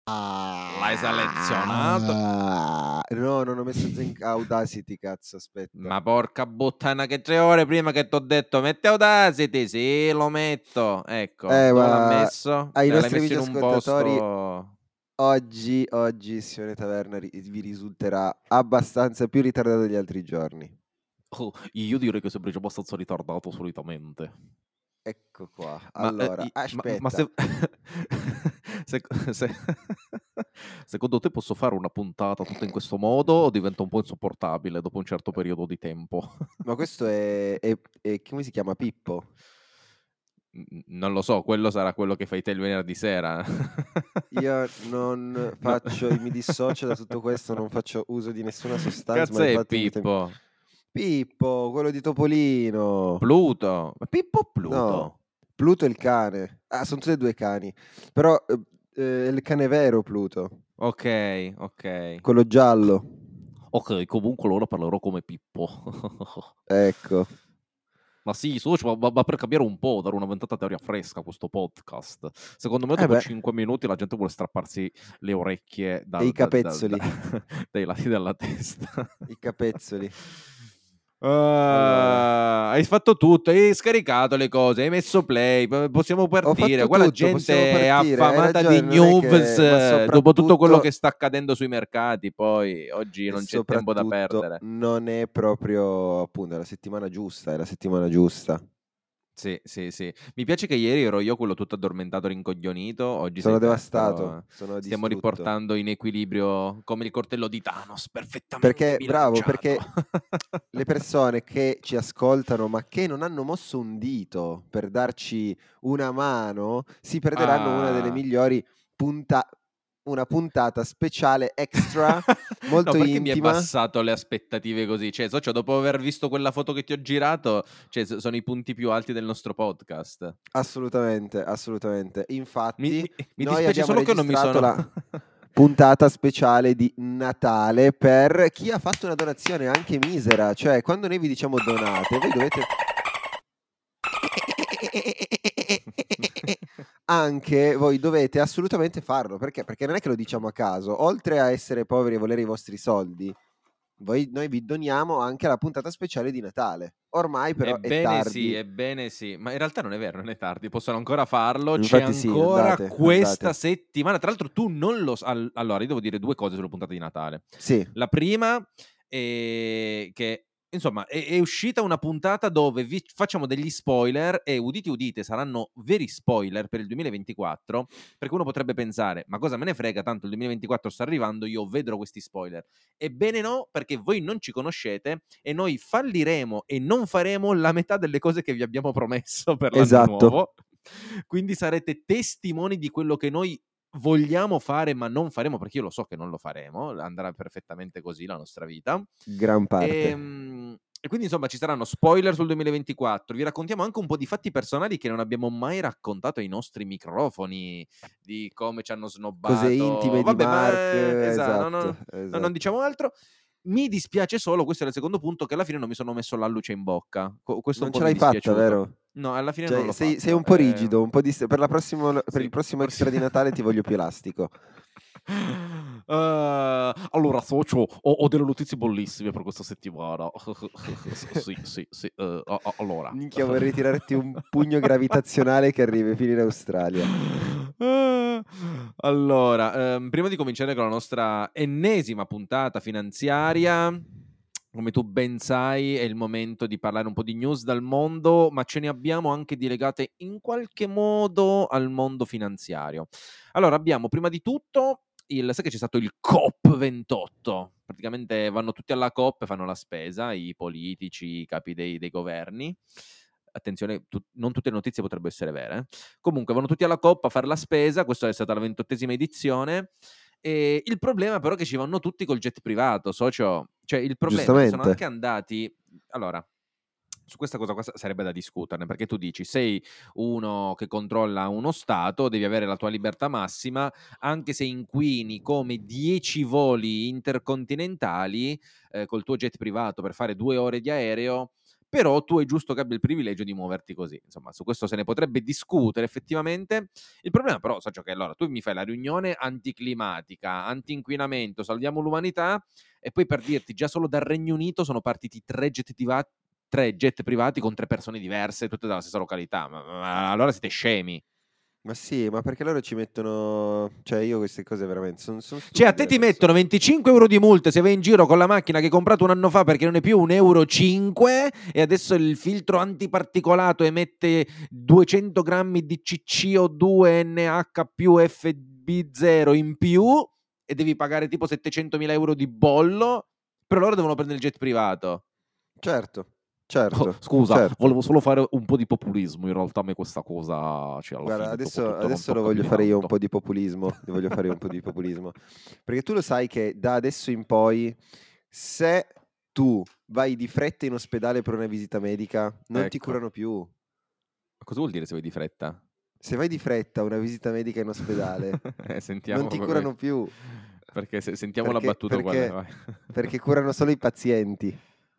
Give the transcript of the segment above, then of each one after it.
L'hai selezionato? No, non ho messo Zenk Audacity, cazzo, aspetta. Ma porca puttana, che 3 ore prima che t'ho detto metti Audacity, sì, lo metto. Ecco, dove l'ha Ma messo? ai L'hai nostri messo in un videoascoltatori posto... oggi Sione Taverna vi risulterà abbastanza più ritardato degli altri giorni. Oh, io direi che sembri abbastanza ritardato solitamente. Ecco qua. Ma, Allora, ma aspetta. se... se- secondo te posso fare una puntata tutta in questo modo o diventa un po' insopportabile dopo un certo periodo di tempo? Ma questo è come si chiama? Pippo? Non lo so, quello sarà quello che fai te il venerdì sera. Io non No. faccio, mi dissocio da tutto questo, non faccio uso di nessuna sostanza Cazzo mai è fatta in vita mia. Pippo? Pippo, quello di Topolino. Pluto? Ma Pippo o No, Pluto? Pluto è il cane. Ah, sono tutti e due cani. Però è il cane vero Pluto, Ok, ok. quello giallo. Ok, comunque allora parlerò come Pippo. Ecco. Ma sì, socio, ma per cambiare un po', dare una ventata d'aria fresca a questo podcast. Secondo me Eh dopo beh, 5 minuti la gente vuole strapparsi le orecchie e i capezzoli. dai lati della testa. I capezzoli. Allora, Hai fatto tutto, hai scaricato le cose, hai messo play, possiamo ho partire. fatto Qua la tutto, possiamo gente è partire. Hai affamata di ragione, non è news, che... Ma dopo tutto quello che soprattutto... sta accadendo sui mercati, poi oggi E non c'è tempo da soprattutto perdere. non è proprio, appunto, è la settimana giusta, è la settimana giusta. Sì, sì, sì. Mi piace che ieri ero io quello tutto addormentato, rincoglionito, oggi Sono sei te, però devastato, sono stiamo distrutto. riportando in equilibrio come il coltello di Thanos, perfettamente Perché, bravo, bilanciato. perché le persone che ci ascoltano ma che non hanno mosso un dito per darci una mano, si perderanno una delle Ah. migliori una puntata speciale extra, No, molto perché mi hai intima. bassato le aspettative così? Cioè, socio, dopo aver visto quella foto che ti ho girato, cioè, sono i punti più alti del nostro podcast. Assolutamente, assolutamente. Mi, Infatti, mi- mi noi dispiace abbiamo solo che non mi registrato sono... la puntata speciale di Natale per chi ha fatto una donazione anche misera, cioè quando noi vi diciamo donate, voi dovete anche voi dovete assolutamente farlo, perché? Perché non è che lo diciamo a caso, oltre a essere poveri e volere i vostri soldi, noi vi doniamo anche la puntata speciale di Natale. Ormai però è tardi. Ebbene sì, ma in realtà non è vero, non è tardi, possono ancora farlo, c'è Infatti sì, ancora andate, questa andate. settimana. Tra l'altro tu non lo sai, allora io devo dire due cose sulla puntata di Natale. Sì, La prima è che, insomma, è uscita una puntata dove vi facciamo degli spoiler e udite udite, saranno veri spoiler per il 2024, perché uno potrebbe pensare, ma cosa me ne frega, tanto il 2024 sta arrivando, io vedrò questi spoiler. Ebbene no, perché voi non ci conoscete e noi falliremo e non faremo la metà delle cose che vi abbiamo promesso per l'anno esatto. nuovo. Quindi sarete testimoni di quello che noi vogliamo fare, ma non faremo, perché io lo so che non lo faremo, andrà perfettamente così la nostra vita. Gran parte. E quindi insomma ci saranno spoiler sul 2024, vi raccontiamo anche un po' di fatti personali che non abbiamo mai raccontato ai nostri microfoni, di come ci hanno Cose snobbato. intime di Vabbè, Mark, ma esatto, esatto, non esatto. diciamo altro. Mi dispiace solo, questo è il secondo punto, che alla fine non mi sono messo l'alluce in bocca. Questo un Non po' ce mi è l'hai fatta, dispiaciuto. vero? No, alla fine non Cioè, l'ho sei fatto. un po' rigido, un po' per il Sì, prossimo forse... extra di Natale ti voglio più elastico. Allora, socio, ho delle notizie bellissime per questa settimana. Sì, sì, sì. Allora. Minchia, vorrei tirarti un pugno gravitazionale che arrivi fino in Australia. Allora, prima di cominciare con la nostra ennesima puntata finanziaria, come tu ben sai, è il momento di parlare un po' di news dal mondo, ma ce ne abbiamo anche di legate in qualche modo al mondo finanziario. Allora, abbiamo prima di tutto sai che c'è stato il COP28? Praticamente vanno tutti alla COP e fanno la spesa, i politici, i capi dei governi. Attenzione, non tutte le notizie potrebbero essere vere. Comunque vanno tutti alla COP a fare la spesa, questa è stata la 28ª edizione. E il problema però è che ci vanno tutti col jet privato, socio. Cioè il problema è che sono anche Giustamente. andati... Allora, su questa cosa qua sarebbe da discuterne, perché tu dici, sei uno che controlla uno Stato, devi avere la tua libertà massima, anche se inquini come 10 voli intercontinentali col tuo jet privato per fare 2 ore di aereo, però tu è giusto che abbia il privilegio di muoverti così. Insomma, su questo se ne potrebbe discutere effettivamente. Il problema però, Socio, che allora tu mi fai la riunione anticlimatica, anti-inquinamento, salviamo l'umanità, e poi per dirti, già solo dal Regno Unito sono partiti 3 jet privati con 3 persone diverse, tutte dalla stessa località. Ma allora siete scemi. Ma sì, ma perché loro ci mettono... Cioè io queste cose veramente sono Cioè, a stupide te le ti mettono persone. 25 euro di multe se vai in giro con la macchina che hai comprato un anno fa perché non è più 1,5 euro e adesso il filtro antiparticolato emette 200 grammi di CCO2 NH più FB0 in più e devi pagare tipo 700.000 euro di bollo, però loro devono prendere il jet privato. Certo, Oh, certo, scusa, certo. volevo solo fare un po' di populismo. In realtà a me questa cosa, cioè, alla Guarda, fine dopo tutto non adesso lo tocca più voglio di fare io un tanto. po' di populismo. Li voglio fare io un po' di populismo. Perché tu lo sai che da adesso in poi, se tu vai di fretta in ospedale per una visita medica, non ti Ecco. curano più. Cosa vuol dire se vai di fretta? Se vai di fretta a una visita medica in ospedale, non Sentiamo ti curano più. perché sentiamo la Perché, battuta qual è, perché, vai. perché curano solo i pazienti.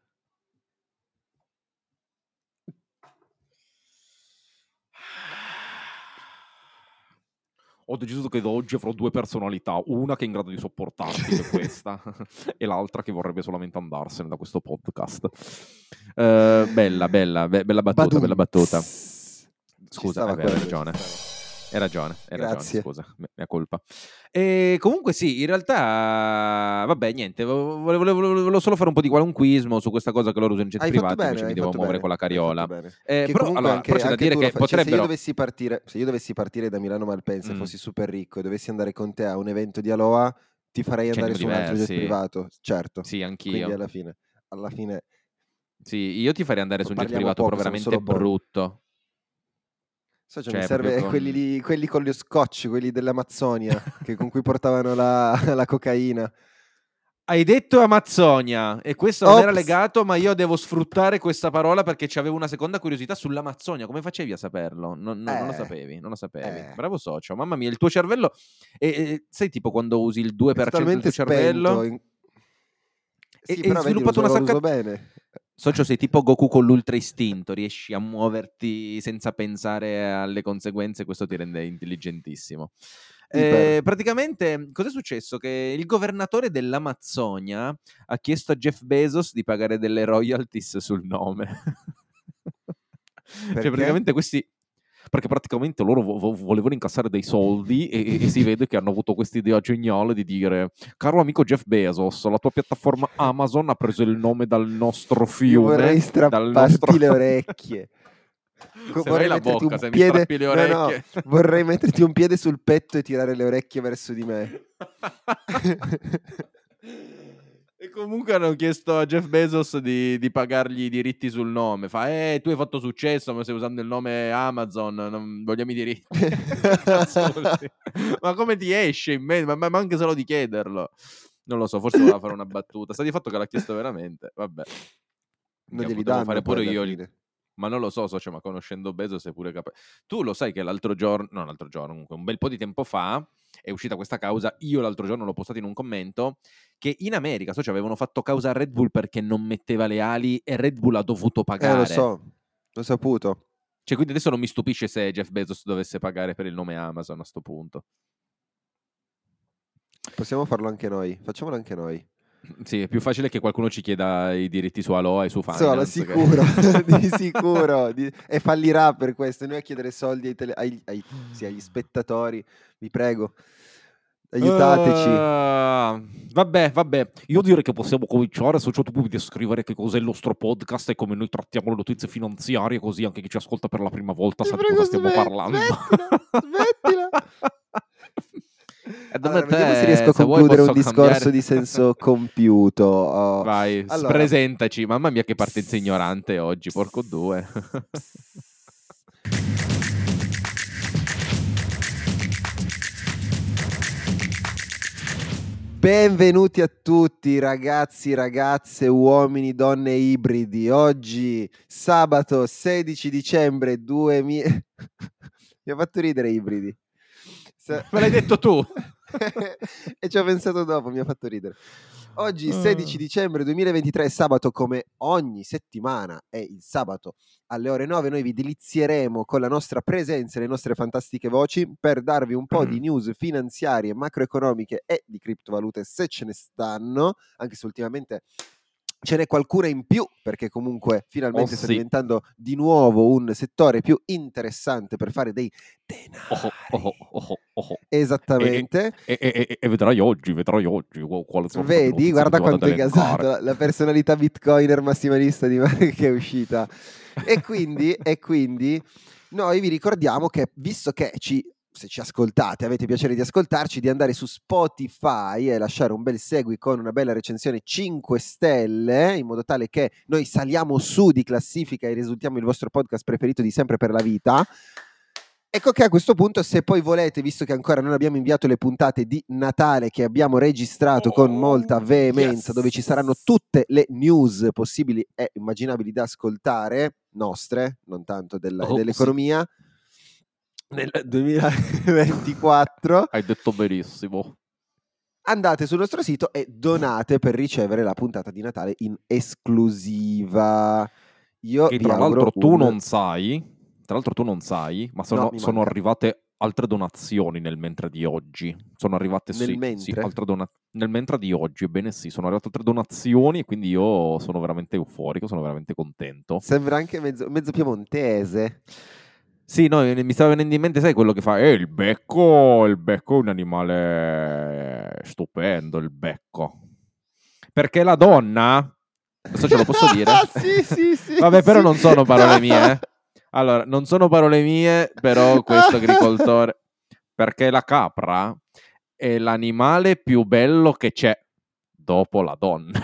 Ho deciso che da oggi avrò 2 personalità, una che è in grado di sopportarti, che è questa, e l'altra che vorrebbe solamente andarsene da questo podcast. Bella battuta, bella battuta. Badumts. Ci Scusa, stava beh, hai quello, ci ragione. stava. Hai ragione, Grazie. scusa, mia colpa. E comunque sì, in realtà, vabbè, niente, volevo solo fare un po' di qualunquismo su questa cosa che loro usano i jet privati, invece mi Hai devo fatto muovere bene, con la hai fatto carriola. bene. Che Però, comunque allora, però c'è da anche dire tu lo che fai. Cioè, potrebbero... se io dovessi partire da Milano Malpensa e Mm, fossi super ricco e dovessi andare con te a un evento di Aloha, ti farei ce ne andare sono su un altro jet diversi. privato, certo. Sì, Quindi anch'io. alla fine Sì, io ti farei andare su un jet parliamo privato, però poco, sono veramente solo brutto. Socio, mi Cioè, proprio serve con... quelli con lo scotch, quelli dell'Amazzonia, con cui portavano la cocaina. Hai detto Amazzonia e questo non era Ops! legato, ma io devo sfruttare questa parola perché c'avevo una seconda curiosità sull'Amazzonia. Come facevi a saperlo? Non lo Eh, sapevi, non lo sapevi. eh. Bravo socio, mamma mia, il tuo cervello... sai tipo quando usi il È 2% del totalmente tuo spento. cervello e Sì, hai però vedi, lo sviluppato uso, una lo sacca... uso bene. Socio, sei tipo Goku con l'ultra istinto, riesci a muoverti senza pensare alle conseguenze, questo ti rende intelligentissimo. Iper. Praticamente, cos'è successo? Che il governatore dell'Amazzonia ha chiesto a Jeff Bezos di pagare delle royalties sul nome. Cioè, Perché? praticamente questi... Perché praticamente loro volevano incassare dei soldi e si vede che hanno avuto questa idea geniale di dire: caro amico Jeff Bezos, la tua piattaforma Amazon ha preso il nome dal nostro Io fiume, vorrei dal nostro... strapparti le orecchie. Se vai Vorrei la metterti bocca, un se mi piede. strappi le No, no, orecchie. vorrei metterti un piede sul petto e tirare le orecchie verso di me. E comunque hanno chiesto a Jeff Bezos di pagargli i diritti sul nome. Fa, tu hai fatto successo, ma stai usando il nome Amazon, non vogliamo i diritti. Che cazzo vuol dire? Ma come ti esce in mente? Ma anche solo di chiederlo. Non lo so, forse voleva fare una battuta. Sta di fatto che l'ha chiesto veramente. Vabbè. Non Minchia, glieli potevo danno fare poi pure alla io fine. ma non lo so, socio, ma conoscendo Bezos è pure capace. Tu lo sai che l'altro giorno, non l'altro giorno, comunque un bel po' di tempo fa, è uscita questa causa, io l'altro giorno l'ho postato in un commento, che in America, socio, avevano fatto causa a Red Bull perché non metteva le ali e Red Bull ha dovuto Lo pagare. so, l'ho saputo. Cioè, quindi adesso non mi stupisce se Jeff Bezos dovesse pagare per il nome Amazon a sto punto. Possiamo farlo anche noi. Facciamolo anche noi. Sì, è più facile che qualcuno ci chieda i diritti su Aloha e su Solo, Finance. sicuro, di sicuro. E fallirà per questo. Noi a chiedere soldi sì, agli spettatori. Vi prego, aiutateci. Vabbè. Io direi che possiamo cominciare. Se tu puoi descrivere che cos'è il nostro podcast e come noi trattiamo le notizie finanziarie, così anche chi ci ascolta per la prima volta Ti sa di prego, cosa stiamo parlando. smettila. E da Allora, vediamo se riesco te, a se vuoi, concludere un posso discorso cambiare. di senso compiuto. Vai, Allora, spresentaci. Mamma mia, che partenza ignorante oggi, porco due. benvenuti a tutti ragazzi, ragazze, uomini, donne ibridi. Oggi, sabato 16 dicembre 2000... Mi ha fatto ridere ibridi. Me l'hai detto tu. E ci ho pensato dopo, mi ha fatto ridere. Oggi 16 dicembre 2023, sabato, come ogni settimana è il sabato alle ore 9, noi vi delizieremo con la nostra presenza e le nostre fantastiche voci per darvi un po' di news finanziarie, macroeconomiche e di criptovalute, se ce ne stanno, anche se ultimamente ce n'è qualcuna in più, perché comunque finalmente sta diventando di nuovo un settore più interessante per fare dei denari. Esattamente. E vedrai oggi quale sono Vedi, guarda quanto è gasato la personalità bitcoiner massimalista di Mark che è uscita. E quindi noi vi ricordiamo che, visto che se ci ascoltate, avete piacere di ascoltarci, di andare su Spotify e lasciare un bel segui con una bella recensione 5 stelle, in modo tale che noi saliamo su di classifica e risultiamo il vostro podcast preferito di sempre per la vita. Ecco che a questo punto, se poi volete, visto che ancora non abbiamo inviato le puntate di Natale che abbiamo registrato con molta veemenza, dove ci saranno tutte le news possibili e immaginabili da ascoltare, nostre, non tanto dell'economia, nel 2024. Hai detto benissimo. Andate sul nostro sito e donate per ricevere la puntata di Natale in esclusiva. Che tra l'altro tu non sai, ma sono arrivate altre donazioni nel mentre di oggi. Sono arrivate nel mentre di oggi, ebbene sì, sono arrivate altre donazioni e quindi io sono veramente euforico, sono veramente contento. Sembra anche mezzo piemontese. Sì, no, mi stava venendo in mente, sai quello che fa? Il becco è un animale stupendo, il becco. Perché la donna... Adesso ce lo posso dire? Sì. Vabbè, però non sono parole mie. Allora, non sono parole mie, però questo agricoltore... Perché la capra è l'animale più bello che c'è dopo la donna.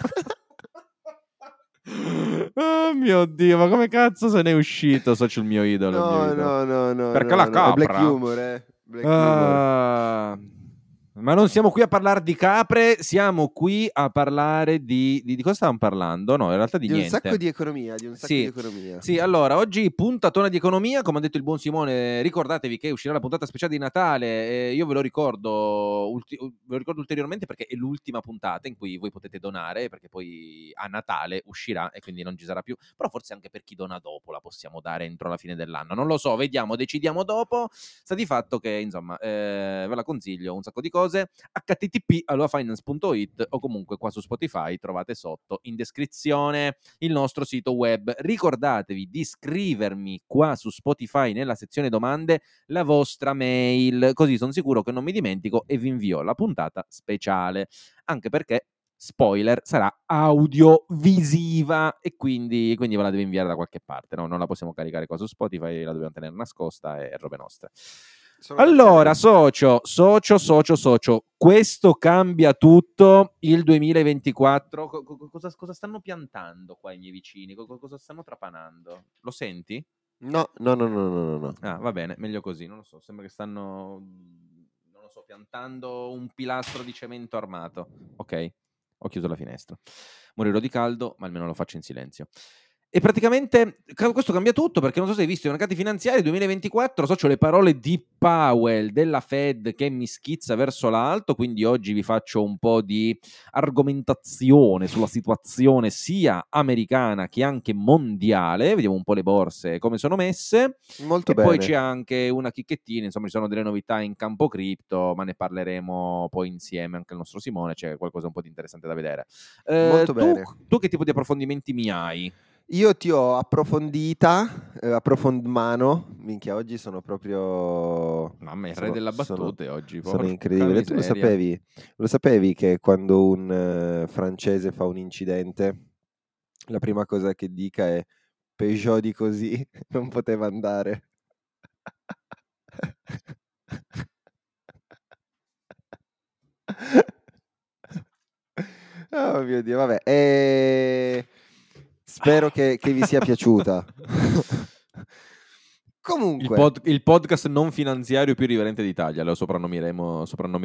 Oh mio Dio, ma come cazzo se ne è uscito Socio il mio idolo? No. Perché la capra... È black humor, Black humor. Ma non siamo qui a parlare di capre, siamo qui a parlare di cosa stavamo parlando? No, in realtà di niente. Un sacco di economia, Sì, allora, oggi puntatona di economia, come ha detto il buon Simone, ricordatevi che uscirà la puntata speciale di Natale, io ve lo ricordo ulteriormente perché è l'ultima puntata in cui voi potete donare, perché poi a Natale uscirà e quindi non ci sarà più, però forse anche per chi dona dopo la possiamo dare entro la fine dell'anno, non lo so, vediamo, decidiamo dopo. Sta di fatto che, insomma, ve la consiglio, un sacco di cose, http://aloafinance.it o comunque qua su Spotify trovate sotto in descrizione il nostro sito web. Ricordatevi di scrivermi qua su Spotify nella sezione domande la vostra mail, così sono sicuro che non mi dimentico e vi invio la puntata speciale, anche perché spoiler, sarà audiovisiva e quindi ve la devo inviare da qualche parte, no? Non la possiamo caricare qua su Spotify, la dobbiamo tenere nascosta e robe nostre. Allora, socio, questo cambia tutto il 2024. Cosa stanno piantando qua i miei vicini? Cosa stanno trapanando? Lo senti? No. Ah, va bene, meglio così, non lo so, sembra che stanno, non lo so, piantando un pilastro di cemento armato. Ok, ho chiuso la finestra. Morirò di caldo, ma almeno lo faccio in silenzio. E praticamente questo cambia tutto, perché non so se hai visto i mercati finanziari 2024, so, c'ho le parole di Powell della Fed che mi schizza verso l'alto, quindi oggi vi faccio un po' di argomentazione sulla situazione sia americana che anche mondiale, vediamo un po' le borse come sono messe. Molto e bene. Poi c'è anche una chicchettina, insomma ci sono delle novità in campo cripto, ma ne parleremo poi insieme anche il nostro Simone, c'è qualcosa un po' di interessante da vedere. Molto bene. Tu che tipo di approfondimenti mi hai? Io ti ho approfondita, approfondmano, minchia, oggi sono proprio... Mamma, il re della battute oggi, sono incredibile. Tu lo sapevi che quando un francese fa un incidente, la prima cosa che dica è Peugeot di così non poteva andare. Oh mio Dio, vabbè. Spero che vi sia piaciuta. Comunque, il podcast non finanziario più riverente d'Italia, lo soprannomineremo.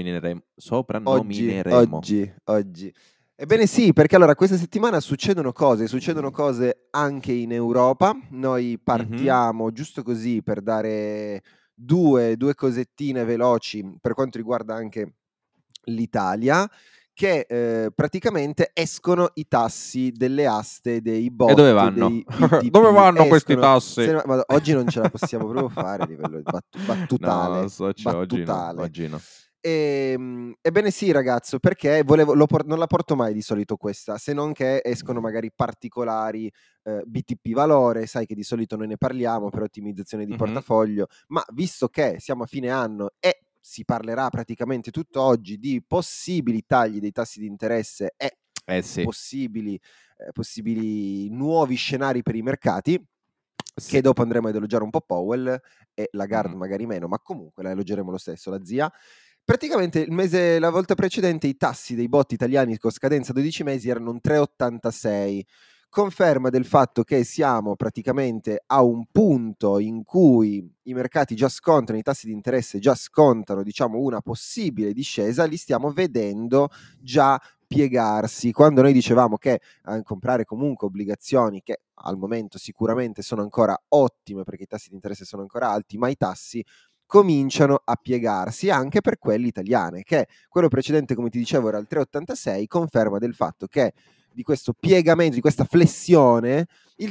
Oggi. Ebbene sì, perché allora questa settimana succedono cose anche in Europa. Noi partiamo giusto così per dare due cosettine veloci per quanto riguarda anche l'Italia, che praticamente escono i tassi delle aste dei E dove bot, vanno? dei BTP. Dove vanno questi Escono. tassi? Ma oggi non ce la possiamo proprio fare a livello No, battutale. so, oggi no, Battutale. oggi no. Ebbene sì, ragazzo, perché non la porto mai di solito questa, se non che escono magari particolari BTP valore, sai che di solito noi ne parliamo per ottimizzazione di portafoglio, ma visto che siamo a fine anno e si parlerà praticamente tutto oggi di possibili tagli dei tassi di interesse e Sì. possibili nuovi scenari per i mercati, Sì. che dopo andremo ad elogiare un po' Powell e Lagarde magari meno, ma comunque la elogeremo lo stesso, la zia. Praticamente la volta precedente i tassi dei bot italiani con scadenza 12 mesi erano un 3,86, conferma del fatto che siamo praticamente a un punto in cui i mercati già scontano, i tassi di interesse già scontano, diciamo, una possibile discesa, li stiamo vedendo già piegarsi. Quando noi dicevamo che comprare comunque obbligazioni che al momento sicuramente sono ancora ottime perché i tassi di interesse sono ancora alti, ma i tassi cominciano a piegarsi anche per quelle italiane, che quello precedente, come ti dicevo, era il 3,86, conferma del fatto che di questo piegamento, di questa flessione, il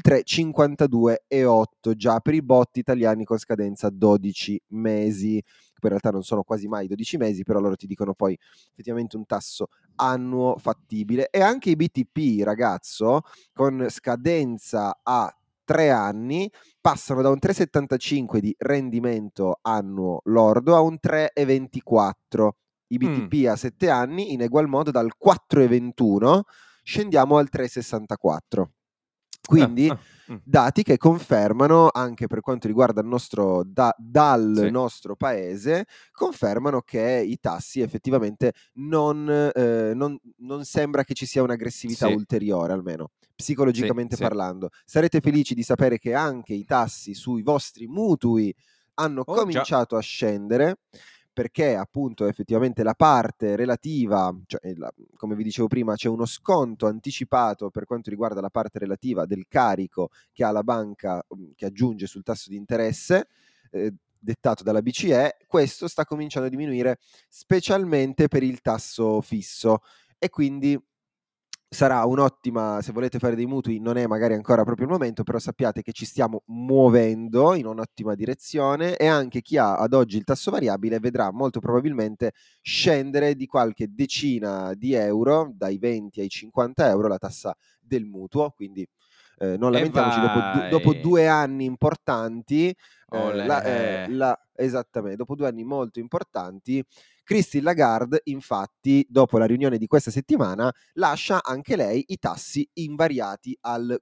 3,52,8 già per i bot italiani con scadenza 12 mesi, che in realtà non sono quasi mai 12 mesi, però loro ti dicono poi effettivamente un tasso annuo fattibile. E anche i BTP, ragazzo, con scadenza a 3 anni, passano da un 3,75 di rendimento annuo lordo a un 3,24. I BTP a 7 anni, in egual modo dal 4,21 scendiamo al 3,64. Quindi dati che confermano, anche per quanto riguarda il nostro dal nostro paese, confermano che i tassi effettivamente non sembra che ci sia un'aggressività ulteriore, almeno psicologicamente parlando. Sarete felici di sapere che anche i tassi sui vostri mutui hanno cominciato a scendere, perché appunto effettivamente la parte relativa, cioè come vi dicevo prima, c'è uno sconto anticipato per quanto riguarda la parte relativa del carico che ha la banca, che aggiunge sul tasso di interesse dettato dalla BCE. Questo sta cominciando a diminuire specialmente per il tasso fisso, e quindi sarà un'ottima, se volete fare dei mutui, non è magari ancora proprio il momento, però sappiate che ci stiamo muovendo in un'ottima direzione, e anche chi ha ad oggi il tasso variabile vedrà molto probabilmente scendere di qualche decina di euro, dai 20 ai 50 euro la tassa del mutuo, quindi non lamentiamoci, dopo 2 anni importanti, esattamente, dopo 2 anni molto importanti, Christine Lagarde, infatti, dopo la riunione di questa settimana, lascia anche lei i tassi invariati al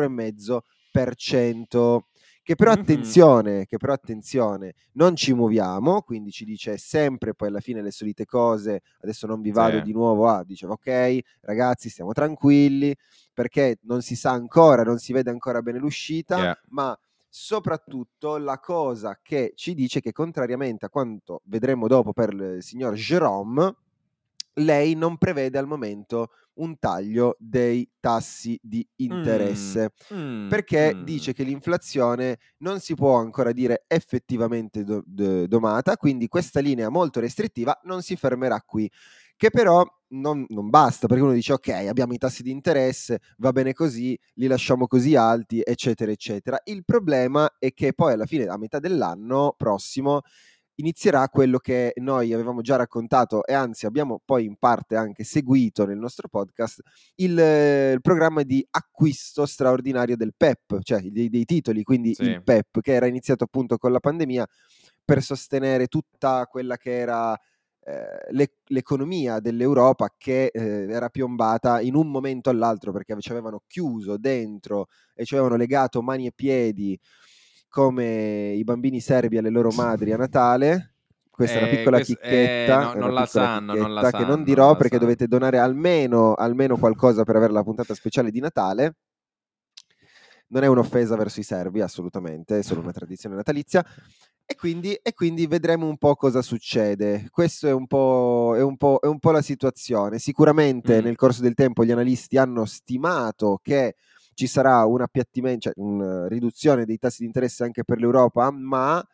4,5%. Che però attenzione, non ci muoviamo, quindi ci dice sempre poi alla fine le solite cose. Adesso non vi vado di nuovo a, diceva ok ragazzi, stiamo tranquilli, perché non si sa ancora, non si vede ancora bene l'uscita, ma soprattutto la cosa che ci dice che, contrariamente a quanto vedremo dopo per il signor Jérôme, lei non prevede al momento un taglio dei tassi di interesse, perché dice che l'inflazione non si può ancora dire effettivamente domata, quindi questa linea molto restrittiva non si fermerà qui. Che però non basta, perché uno dice ok, abbiamo i tassi di interesse, va bene così, li lasciamo così alti, eccetera eccetera. Il problema è che poi alla fine, a metà dell'anno prossimo, inizierà quello che noi avevamo già raccontato, e anzi abbiamo poi in parte anche seguito nel nostro podcast, il programma di acquisto straordinario del PEP, cioè dei titoli, quindi il PEP, che era iniziato appunto con la pandemia per sostenere tutta quella che era l'economia dell'Europa, che era piombata in un momento all'altro, perché ci avevano chiuso dentro e ci avevano legato mani e piedi come i bambini serbi alle loro madri a Natale. Questa è una piccola chicchetta, non la sanno, che non dirò perché dovete donare almeno qualcosa per avere la puntata speciale di Natale. Non è un'offesa verso i serbi, assolutamente, è solo una tradizione natalizia. E quindi vedremo un po' cosa succede. Questa è un po' la situazione. Sicuramente nel corso del tempo gli analisti hanno stimato che ci sarà un appiattimento, cioè una riduzione dei tassi di interesse anche per l'Europa, ma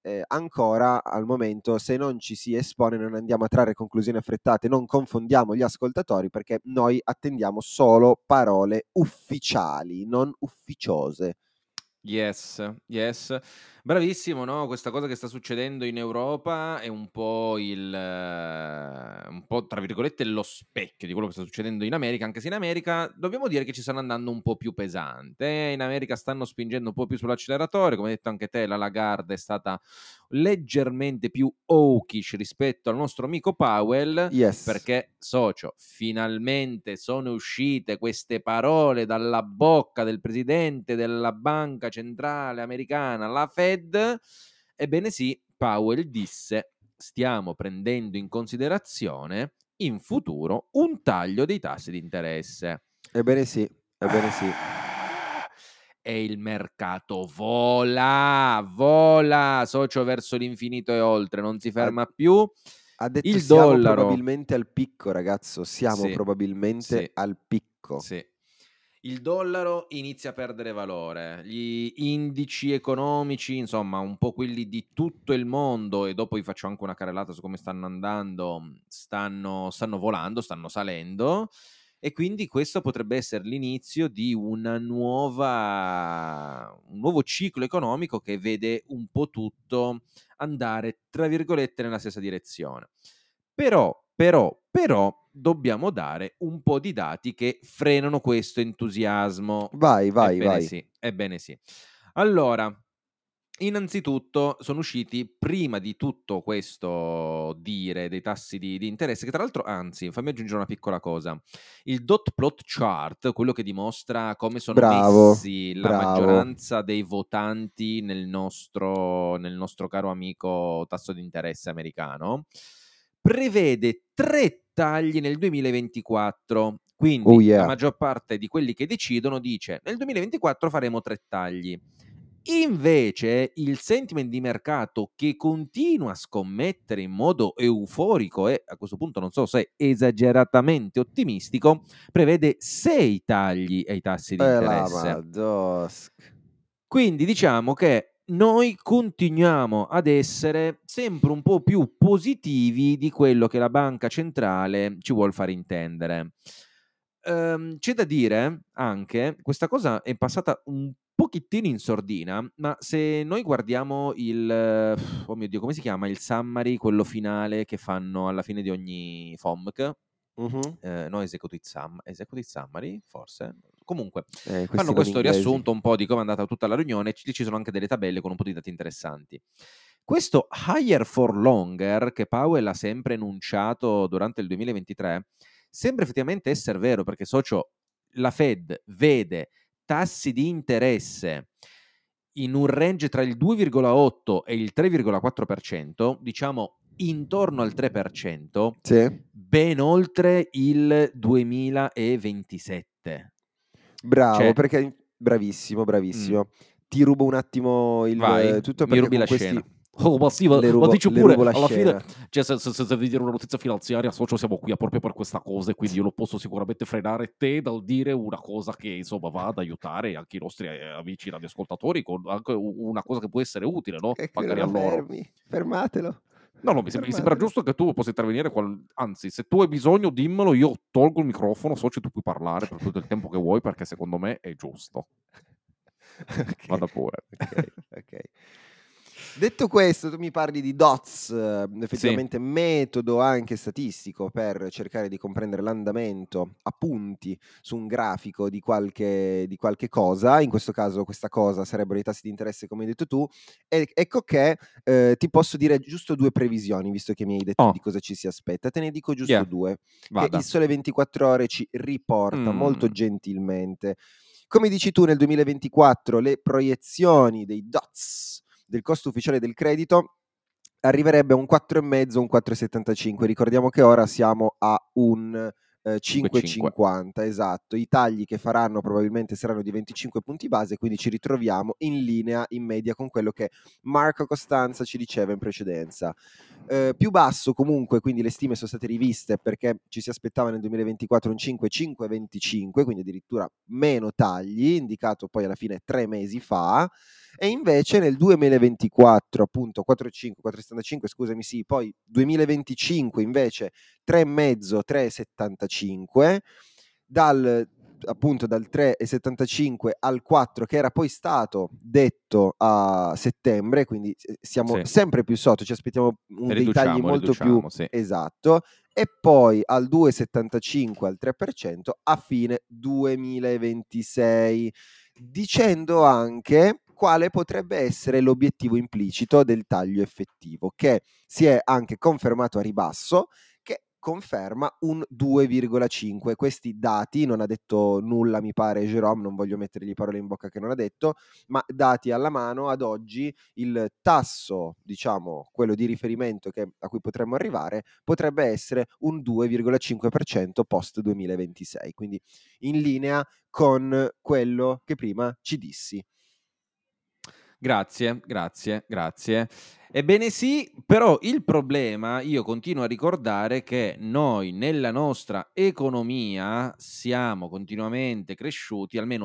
ancora al momento, se non ci si espone, non andiamo a trarre conclusioni affrettate, non confondiamo gli ascoltatori, perché noi attendiamo solo parole ufficiali, non ufficiose. Yes, yes. Bravissimo, no, questa cosa che sta succedendo in Europa è un po' un po' tra virgolette "lo specchio" di quello che sta succedendo in America, anche se in America dobbiamo dire che ci stanno andando un po' più pesante. In America stanno spingendo un po' più sull'acceleratore, come hai detto anche te, la Lagarde è stata leggermente più hawkish rispetto al nostro amico Powell, Yes. perché socio, finalmente sono uscite queste parole dalla bocca del presidente della banca centrale americana, la Fed. Ebbene sì, Powell disse: stiamo prendendo in considerazione in futuro un taglio dei tassi di interesse. Ebbene sì, ebbene sì. E il mercato vola, socio, verso l'infinito e oltre, non si ferma più. Ha detto Il siamo dollaro, probabilmente al picco, ragazzo, siamo sì, probabilmente sì, al picco. sì. Il dollaro inizia a perdere valore, gli indici economici, insomma, un po' quelli di tutto il mondo, e dopo vi faccio anche una carrellata su come stanno andando, stanno volando, stanno salendo, e quindi questo potrebbe essere l'inizio di un nuovo ciclo economico che vede un po' tutto andare, tra virgolette, nella stessa direzione. Però dobbiamo dare un po' di dati che frenano questo entusiasmo. Vai, vai, Ebbene vai. sì, ebbene sì. Allora, innanzitutto sono usciti, prima di tutto questo dire dei tassi di interesse, che tra l'altro, anzi, fammi aggiungere una piccola cosa. Il dot plot chart, quello che dimostra come sono Bravo, messi la bravo. maggioranza dei votanti nel nostro caro amico tasso di interesse americano, prevede 3 tagli nel 2024. Oh Quindi la yeah. maggior parte di quelli che decidono dice: nel 2024 faremo 3 tagli. Invece il sentiment di mercato, che continua a scommettere in modo euforico e a questo punto non so se esageratamente ottimistico, prevede 6 tagli ai tassi di La interesse. Madosk. Quindi diciamo che noi continuiamo ad essere sempre un po' più positivi di quello che la banca centrale ci vuol fare intendere. C'è da dire anche, questa cosa è passata un pochettino in sordina, ma se noi guardiamo oh mio Dio, come si chiama? Il summary, quello finale che fanno alla fine di ogni FOMC, Mhm. no, executive summary, forse. Comunque, Questi fanno nomi questo inglesi. riassunto un po' di come è andata tutta la riunione, ci sono anche delle tabelle con un po' di dati interessanti. Questo higher for longer, che Powell ha sempre enunciato durante il 2023, sembra effettivamente essere vero, perché socio, la Fed vede tassi di interesse in un range tra il 2,8 e il 3,4%, diciamo intorno al 3%, Sì. ben oltre il 2027. Bravo, Cioè, perché bravissimo, mm, bravissimo. Ti rubo un attimo il vai, tutto, mi perché rubi con la questi scena. Oh, ma sì, ma dici le pure, rubo la alla fine, scena. cioè, se devi dire una notizia finanziaria, socio, siamo qui proprio per questa cosa, e quindi io lo posso sicuramente frenare te dal dire una cosa che, insomma, va ad aiutare anche i nostri amici radioascoltatori, con anche una cosa che può essere utile, no? E che non Magari a lo loro. fermi. Fermatelo. No, no, mi sembra Fermatelo. giusto che tu possa intervenire, anzi, se tu hai bisogno dimmelo, io tolgo il microfono, socio, tu puoi parlare per tutto il tempo che vuoi, perché secondo me è giusto. Ok, Vada pure. ok, ok. Detto questo, tu mi parli di DOTS, Sì, effettivamente metodo anche statistico per cercare di comprendere l'andamento a punti su un grafico di qualche cosa. In questo caso questa cosa sarebbero i tassi di interesse, come hai detto tu. E ecco che ti posso dire giusto 2 previsioni, visto che mi hai detto di oh, cosa ci si aspetta. Te ne dico giusto yeah, 2, che il vada. Sole 24 Ore ci riporta molto Mm, gentilmente. Come dici tu, nel 2024 le proiezioni dei DOTS del costo ufficiale del credito arriverebbe a un 4,5, un 4,75. Ricordiamo che ora siamo a un 5,5. 5,50, esatto. I tagli che faranno probabilmente saranno di 25 punti base, quindi ci ritroviamo in linea, in media, con quello che Marco Costanza ci diceva in precedenza. più basso comunque, quindi le stime sono state riviste perché ci si aspettava nel 2024 un 5,525, quindi addirittura meno tagli, indicato poi alla fine 3 mesi fa, e invece nel 2024 appunto 4,5, 4,75, scusami, sì, poi 2025 invece 3,5, 3,75, appunto dal 3,75 al 4 che era poi stato detto a settembre, quindi siamo Sì. sempre più sotto, ci aspettiamo dei tagli molto più Sì. esatto, e poi al 2,75 al 3% a fine 2026, dicendo anche quale potrebbe essere l'obiettivo implicito del taglio effettivo, che si è anche confermato a ribasso, che conferma un 2,5. Questi dati, non ha detto nulla mi pare Jérôme, non voglio mettergli parole in bocca che non ha detto, ma dati alla mano ad oggi il tasso, diciamo, quello di riferimento a cui potremmo arrivare, potrebbe essere un 2,5% post 2026, quindi in linea con quello che prima ci dissi. Grazie, grazie, grazie. Ebbene sì, però il problema, io continuo a ricordare che noi nella nostra economia siamo continuamente cresciuti, almeno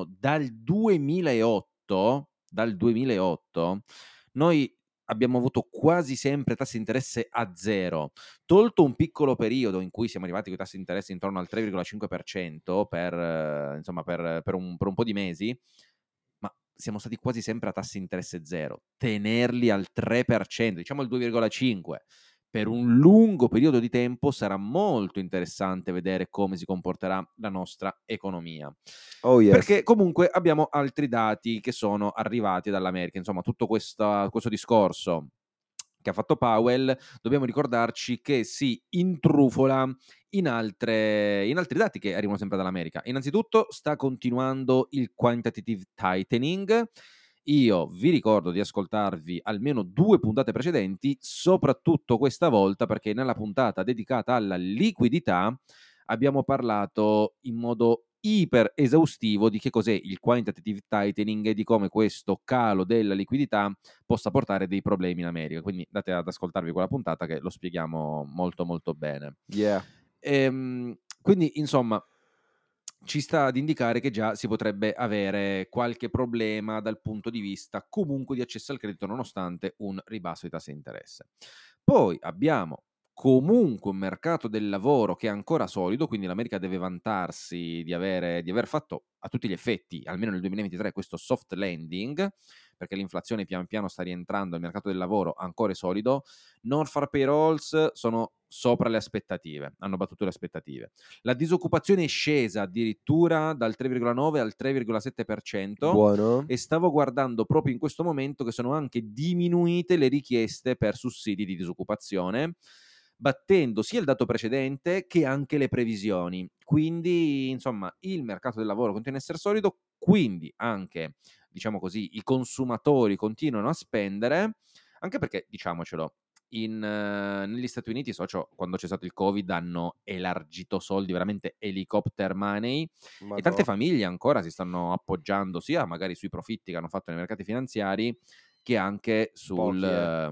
dal 2008, noi abbiamo avuto quasi sempre tassi di interesse a zero, tolto un piccolo periodo in cui siamo arrivati con i tassi di interesse intorno al 3,5% insomma, per un po' di mesi, ma siamo stati quasi sempre a tassi di interesse zero. Tenerli al 3%, diciamo al 2,5%, per un lungo periodo di tempo sarà molto interessante vedere come si comporterà la nostra economia. Oh yes. Perché comunque abbiamo altri dati che sono arrivati dall'America, insomma tutto questo discorso che ha fatto Powell, dobbiamo ricordarci che si intrufola in altri dati che arrivano sempre dall'America. Innanzitutto sta continuando il quantitative tightening. Io vi ricordo di ascoltarvi almeno 2 puntate precedenti, soprattutto questa volta perché nella puntata dedicata alla liquidità abbiamo parlato in modo iper esaustivo di che cos'è il quantitative tightening e di come questo calo della liquidità possa portare dei problemi in America. Quindi andate ad ascoltarvi quella puntata che lo spieghiamo molto molto bene. Yeah. Quindi insomma ci sta ad indicare che già si potrebbe avere qualche problema dal punto di vista comunque di accesso al credito nonostante un ribasso di tassi di interesse. Poi abbiamo comunque un mercato del lavoro che è ancora solido, quindi l'America deve vantarsi di aver fatto a tutti gli effetti, almeno nel 2023, questo soft landing, perché l'inflazione pian piano sta rientrando, il mercato del lavoro ancora è solido, non-farm payrolls sono sopra le aspettative, hanno battuto le aspettative. La disoccupazione è scesa addirittura dal 3,9 al 3,7% Buono. e stavo guardando proprio in questo momento che sono anche diminuite le richieste per sussidi di disoccupazione, battendo sia il dato precedente che anche le previsioni. Quindi, insomma, il mercato del lavoro continua a essere solido, quindi anche, diciamo così, i consumatori continuano a spendere, anche perché, diciamocelo, negli Stati Uniti, quando c'è stato il Covid, hanno elargito soldi, veramente helicopter money, e tante Madò. famiglie ancora si stanno appoggiando sia magari sui profitti che hanno fatto nei mercati finanziari, che anche Pochi,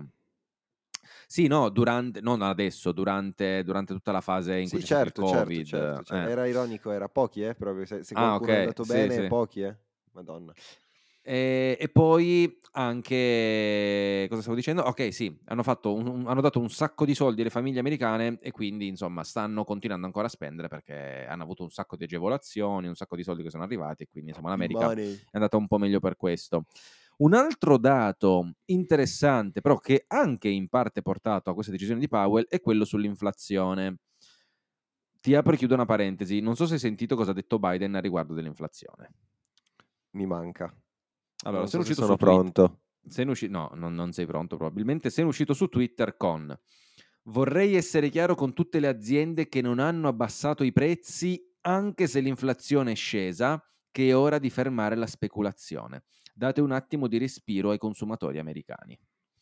sì, no, non adesso, durante tutta la fase in cui Sì, c'è stato il certo, certo, Covid. certo, era ironico, era pochi, proprio se Ah, qualcuno è ok, andato sì, bene, sì. pochi, Madonna. E poi anche, cosa stavo dicendo? Ok, sì, hanno dato un sacco di soldi alle famiglie americane e quindi insomma stanno continuando ancora a spendere perché hanno avuto un sacco di agevolazioni, un sacco di soldi che sono arrivati e quindi insomma l'America Money. è andata un po' meglio per questo. Un altro dato interessante, però che anche in parte portato a questa decisione di Powell, è quello sull'inflazione. Ti apro e chiudo una parentesi, non so se hai sentito cosa ha detto Biden a riguardo dell'inflazione. Mi manca. Allora, Non se ne so è se uscito sono su Twitter, pronto. no, non sei pronto probabilmente, se ne è uscito su Twitter con: vorrei essere chiaro con tutte le aziende che non hanno abbassato i prezzi anche se l'inflazione è scesa, che è ora di fermare la speculazione. Date un attimo di respiro ai consumatori americani.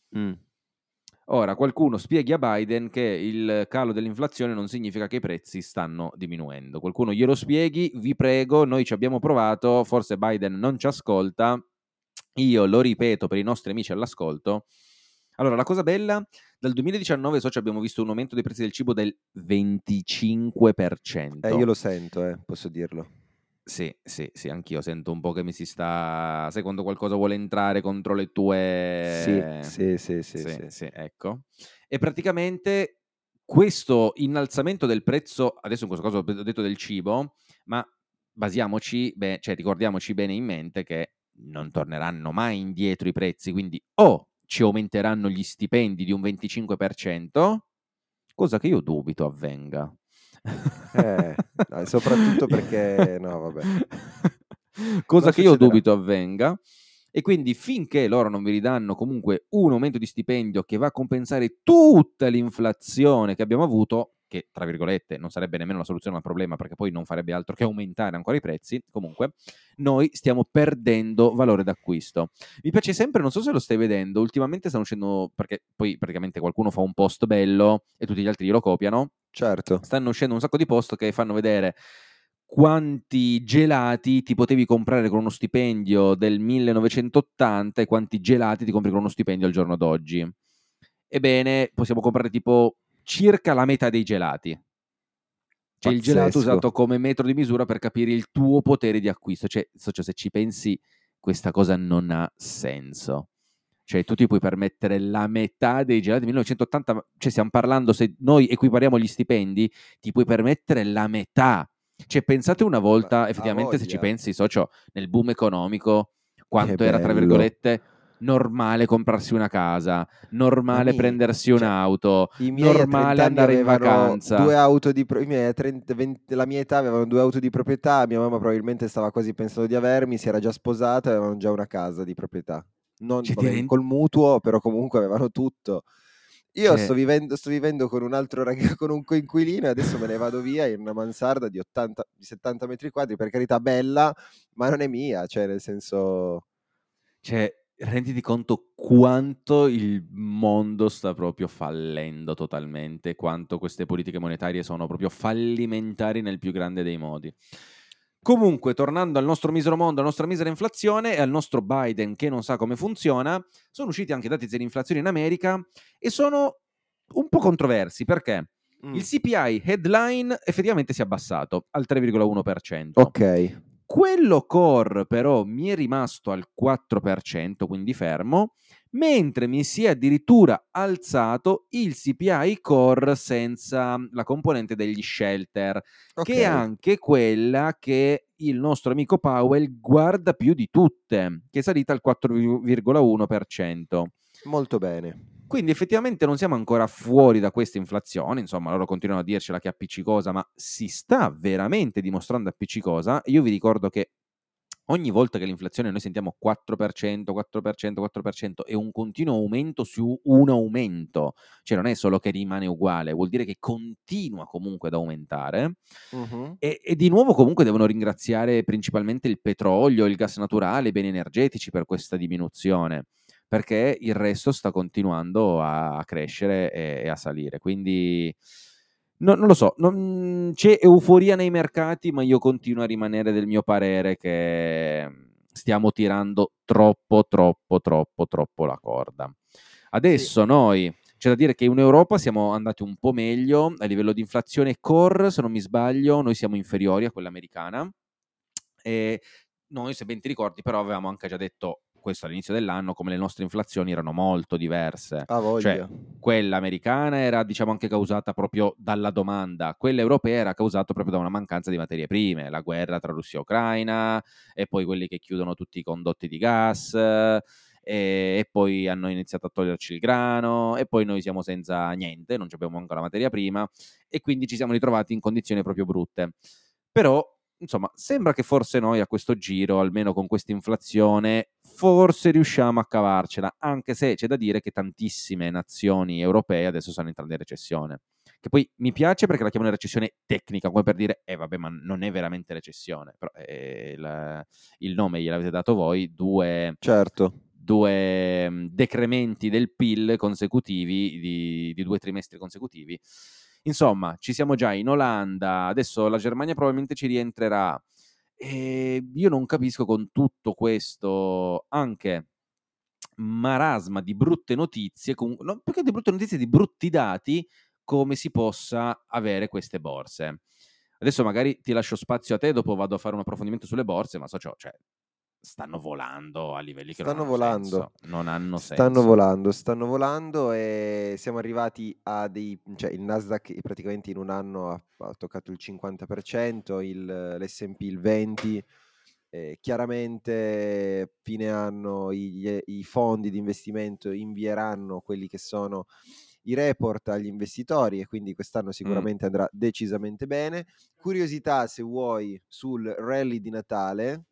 Ora, qualcuno spieghi a Biden che il calo dell'inflazione non significa che i prezzi stanno diminuendo. Qualcuno glielo spieghi, vi prego, noi ci abbiamo provato, forse Biden non ci ascolta. Io lo ripeto per i nostri amici all'ascolto: Allora, la cosa bella, dal 2019 socio abbiamo visto un aumento dei prezzi del cibo del 25%. Io lo sento, posso dirlo. Sì, sì, sì, anch'io sento un po' che mi si sta... Sai quando qualcosa vuole entrare contro le Sì, tue... sì, sì, sì, Sì, sì. sì, ecco. E praticamente questo innalzamento del prezzo, adesso in questo caso ho detto del cibo, ma basiamoci, cioè ricordiamoci bene in mente che non torneranno mai indietro i prezzi, quindi o ci aumenteranno gli stipendi di un 25%, cosa che io dubito avvenga. Soprattutto perché no, vabbè. Cosa Non che io succederà. dubito avvenga. E quindi finché loro non vi ridanno comunque un aumento di stipendio che va a compensare tutta l'inflazione che abbiamo avuto, che tra virgolette non sarebbe nemmeno la soluzione al problema perché poi non farebbe altro che aumentare ancora i prezzi, comunque noi stiamo perdendo valore d'acquisto. Mi piace sempre, non so se lo stai vedendo, ultimamente stanno uscendo, perché poi praticamente qualcuno fa un post bello e tutti gli altri glielo copiano, Certo. stanno uscendo un sacco di post che fanno vedere quanti gelati ti potevi comprare con uno stipendio del 1980 e quanti gelati ti compri con uno stipendio al giorno d'oggi. Ebbene, possiamo comprare tipo circa la metà dei gelati. Cioè il gelato Pazzesco. usato come metro di misura per capire il tuo potere di acquisto. Cioè, socio, se ci pensi, questa cosa non ha senso. Cioè, tu ti puoi permettere la metà dei gelati del 1980, cioè stiamo parlando, se noi equipariamo gli stipendi, ti puoi permettere la metà. Cioè, pensate una Ma volta, ha effettivamente, se ci voglia. pensi, socio, nel boom economico, Che quanto era, tra bello. virgolette, normale comprarsi una casa, normale prendersi Cioè, un'auto, i miei a 30 normale anni andare in avevano vacanza. due auto i miei a 30, 20 la mia età avevano due auto di proprietà, mia mamma probabilmente stava quasi pensando di avermi, si era già sposata e avevano già una casa di proprietà. Non, Cioè, ti vabbè, rendi... col mutuo, però comunque avevano tutto. Io Cioè, sto vivendo con un altro con un coinquilino e adesso me ne vado via in una mansarda di 80, di 70 metri quadri, per carità bella, ma non è mia, cioè nel senso... cioè, renditi conto quanto il mondo sta proprio fallendo totalmente, quanto queste politiche monetarie sono proprio fallimentari nel più grande dei modi. Comunque, tornando al nostro misero mondo, alla nostra misera inflazione e al nostro Biden che non sa come funziona, sono usciti anche dati dell'inflazione in America e sono un po' controversi perché il Mm, CPI headline effettivamente si è abbassato al 3,1%. ok, Quello core però mi è rimasto al 4%, quindi fermo, mentre mi si è addirittura alzato il CPI core senza la componente degli shelter, che è ok, anche quella che il nostro amico Powell guarda più di tutte, che è salita al 4,1%. molto bene. Quindi effettivamente non siamo ancora fuori da questa inflazione, insomma loro continuano a dircela che è appiccicosa, ma si sta veramente dimostrando appiccicosa. Io vi ricordo che ogni volta che l'inflazione noi sentiamo 4%, 4%, 4%, è un continuo aumento su un aumento, cioè non è solo che rimane uguale, vuol dire che continua comunque ad aumentare. Mhm. E di nuovo comunque devono ringraziare principalmente il petrolio, il gas naturale, i beni energetici per questa diminuzione, perché il resto sta continuando a crescere e a salire. Quindi non lo so, c'è euforia nei mercati, ma io continuo a rimanere del mio parere che stiamo tirando troppo, troppo, troppo, troppo la corda. Sì, Adesso noi, c'è da dire che in Europa siamo andati un po' meglio a livello di inflazione core, se non mi sbaglio, noi siamo inferiori a quella americana. E noi, se ben ti ricordi, però avevamo anche già detto questo all'inizio dell'anno, come le nostre inflazioni erano molto diverse. ha Cioè, voglia. quella americana era, diciamo, anche causata proprio dalla domanda, quella europea era causata proprio da una mancanza di materie prime, la guerra tra Russia e Ucraina, e poi quelli che chiudono tutti i condotti di gas, e poi hanno iniziato a toglierci il grano, e poi noi siamo senza niente, non abbiamo ancora materia prima, e quindi ci siamo ritrovati in condizioni proprio brutte. Però, insomma, sembra che forse noi a questo giro, almeno con questa inflazione, forse riusciamo a cavarcela, anche se c'è da dire che tantissime nazioni europee adesso stanno entrando in recessione. Che poi mi piace perché la chiamano recessione tecnica, come per dire, vabbè, ma non è veramente recessione, però il nome gliel'avete dato voi, Certo. due decrementi del PIL consecutivi di 2 trimestri consecutivi. Insomma, ci siamo già in Olanda, adesso la Germania probabilmente ci rientrerà. E io non capisco con tutto questo anche marasma di brutte notizie, no, perché di brutte notizie, di brutti dati, come si possa avere queste borse. Adesso magari ti lascio spazio a te, dopo vado a fare un approfondimento sulle borse, ma cioè, stanno volando a livelli che non Stanno hanno volando. senso. Non hanno Stanno senso. volando, stanno volando e siamo arrivati a cioè il Nasdaq praticamente in un anno ha toccato il 50%, l'S&P il 20%. Chiaramente fine anno i fondi di investimento invieranno quelli che sono i report agli investitori e quindi quest'anno sicuramente andrà decisamente bene. Curiosità, se vuoi, sul rally di Natale,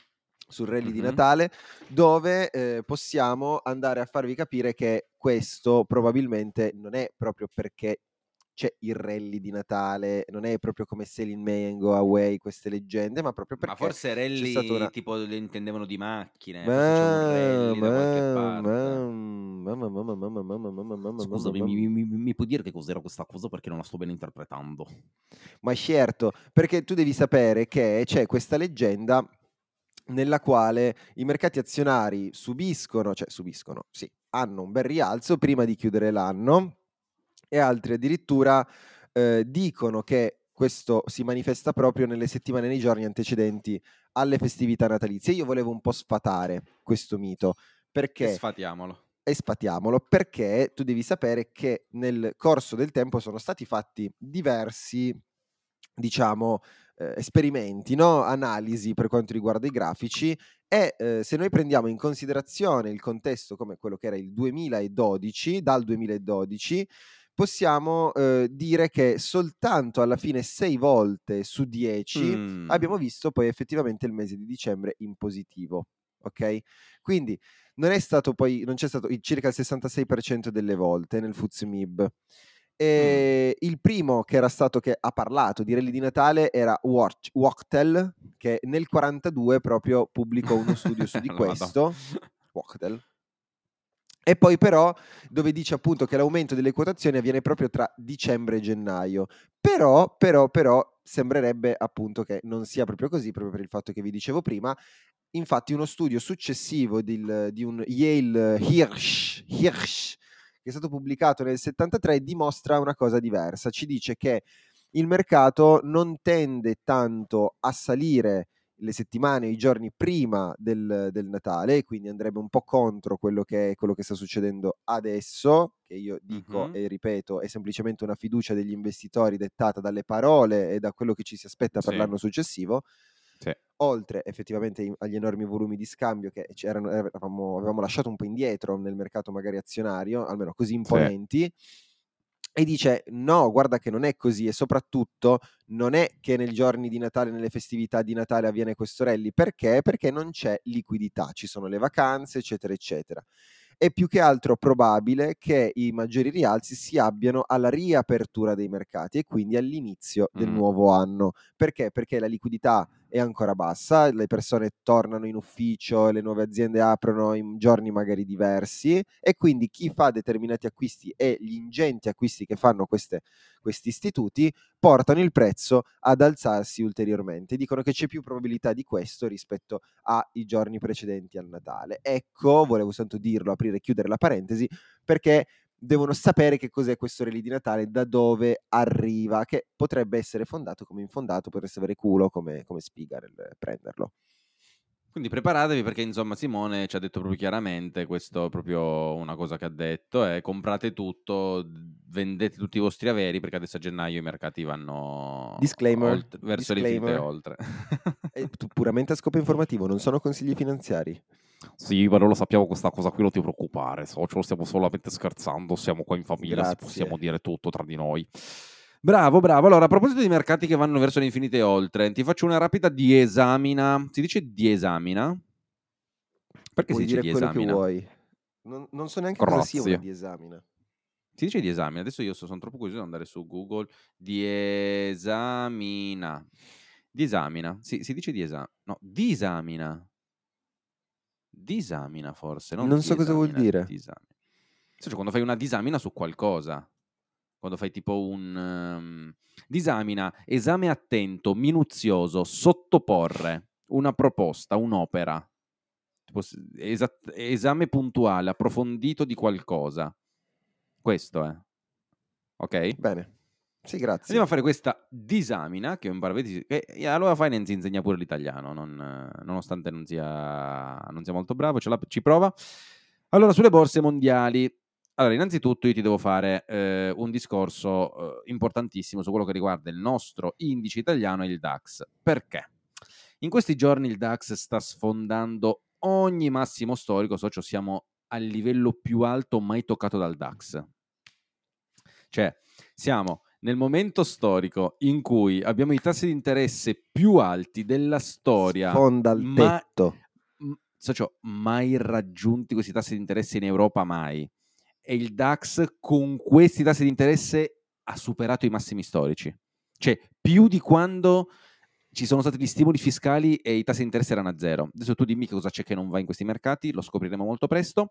dove possiamo andare a farvi capire che questo probabilmente non è proprio perché c'è il rally di Natale, non è proprio come Selling May and Go Away, queste leggende, ma proprio Ma perché forse c'è stata rally una... tipo le intendevano di macchine, forse c'è un rally da qualche parte. Scusami, mi puoi dire che cos'era questa cosa perché non la sto bene interpretando? Ma certo, perché tu devi sapere che c'è questa leggenda nella quale i mercati azionari subiscono, sì, hanno un bel rialzo prima di chiudere l'anno e altri addirittura dicono che questo si manifesta proprio nelle settimane e nei giorni antecedenti alle festività natalizie. Io volevo un po' sfatare questo mito, E perché sfatiamolo. e sfatiamolo, perché tu devi sapere che nel corso del tempo sono stati fatti diversi, diciamo, esperimenti, no? Analisi per quanto riguarda i grafici e se noi prendiamo in considerazione il contesto come quello che era il 2012, dal 2012, possiamo dire che soltanto alla fine 6 volte su 10 abbiamo visto poi effettivamente il mese di dicembre in positivo, ok? Quindi non c'è stato circa il 66% delle volte nel FTSE MIB. Il primo che ha parlato di rally di Natale era Wachtell, che nel 42 proprio pubblicò uno studio su di La Madonna. questo. Wachtell. E poi però dove dice appunto che l'aumento delle quotazioni avviene proprio tra dicembre e gennaio. Però sembrerebbe appunto che non sia proprio così, proprio per il fatto che vi dicevo prima. Infatti uno studio successivo di un Yale Hirsch, che è stato pubblicato nel 73, dimostra una cosa diversa. Ci dice che il mercato non tende tanto a salire le settimane, i giorni prima del Natale, quindi andrebbe un po' contro quello che sta succedendo adesso, che io dico e ripeto è semplicemente una fiducia degli investitori dettata dalle parole e da quello che ci si aspetta per Sì. l'anno successivo. Sì. Oltre effettivamente agli enormi volumi di scambio che avevamo lasciato un po' indietro nel mercato magari azionario, almeno così imponenti, e dice no, guarda che non è così e soprattutto non è che nei giorni di Natale, nelle festività di Natale avviene questo rally, perché? Perché non c'è liquidità, ci sono le vacanze, eccetera, eccetera. È più che altro probabile che i maggiori rialzi si abbiano alla riapertura dei mercati e quindi all'inizio del nuovo anno. Perché? Perché la liquidità è ancora bassa, le persone tornano in ufficio, le nuove aziende aprono in giorni magari diversi e quindi chi fa determinati acquisti e gli ingenti acquisti che fanno questi istituti portano il prezzo ad alzarsi ulteriormente. Dicono che c'è più probabilità di questo rispetto ai giorni precedenti al Natale. Ecco, volevo soltanto dirlo, aprire e chiudere la parentesi, perché devono sapere che cos'è questo rally di Natale, da dove arriva, che potrebbe essere fondato come infondato, potreste avere culo come spiga nel prenderlo. Quindi preparatevi perché insomma Simone ci ha detto proprio chiaramente, questo è proprio una cosa che ha detto, è comprate tutto, vendete tutti i vostri averi perché adesso a gennaio i mercati vanno Disclaimer, verso l'infinito e oltre. è puramente a scopo informativo, non sono consigli finanziari. Sì, ma non lo sappiamo questa cosa qui, non ti preoccupare, socio, stiamo solamente scherzando, siamo qua in famiglia, possiamo Grazie. dire tutto tra di noi. Bravo, bravo. Allora, a proposito di mercati che vanno verso l'infinito e oltre, ti faccio una rapida diesamina. Si dice diesamina? Perché si Puoi dice dire quello che diesamina? vuoi. Non so neanche cosa sia una Grazie. diesamina. Si dice diesamina. Adesso io sono troppo curioso di andare su Google. Diesamina. Disamina. Sì, si dice diesamina. No, disamina. Disamina forse, non Non so cosa vuol diesamina. dire. Disamina. Cioè, quando fai una disamina su qualcosa. Quando fai tipo disamina, esame attento, minuzioso, sottoporre una proposta, un'opera. esame puntuale, approfondito di qualcosa. Questo è. Ok? Bene. Sì, grazie. Andiamo a fare questa disamina che allora Finance insegna pure l'italiano, nonostante non sia molto bravo, ci prova. Allora, sulle borse mondiali. Allora, innanzitutto io ti devo fare un discorso importantissimo su quello che riguarda il nostro indice italiano e il DAX. Perché? In questi giorni il DAX sta sfondando ogni massimo storico, socio, siamo al livello più alto mai toccato dal DAX. Cioè, siamo nel momento storico in cui abbiamo i tassi di interesse più alti della storia. Sfonda il tetto. Socio, mai raggiunti questi tassi di interesse in Europa, mai. E il DAX con questi tassi di interesse ha superato i massimi storici. Cioè, più di quando ci sono stati gli stimoli fiscali e i tassi di interesse erano a zero. Adesso tu dimmi che cosa c'è che non va in questi mercati, lo scopriremo molto presto.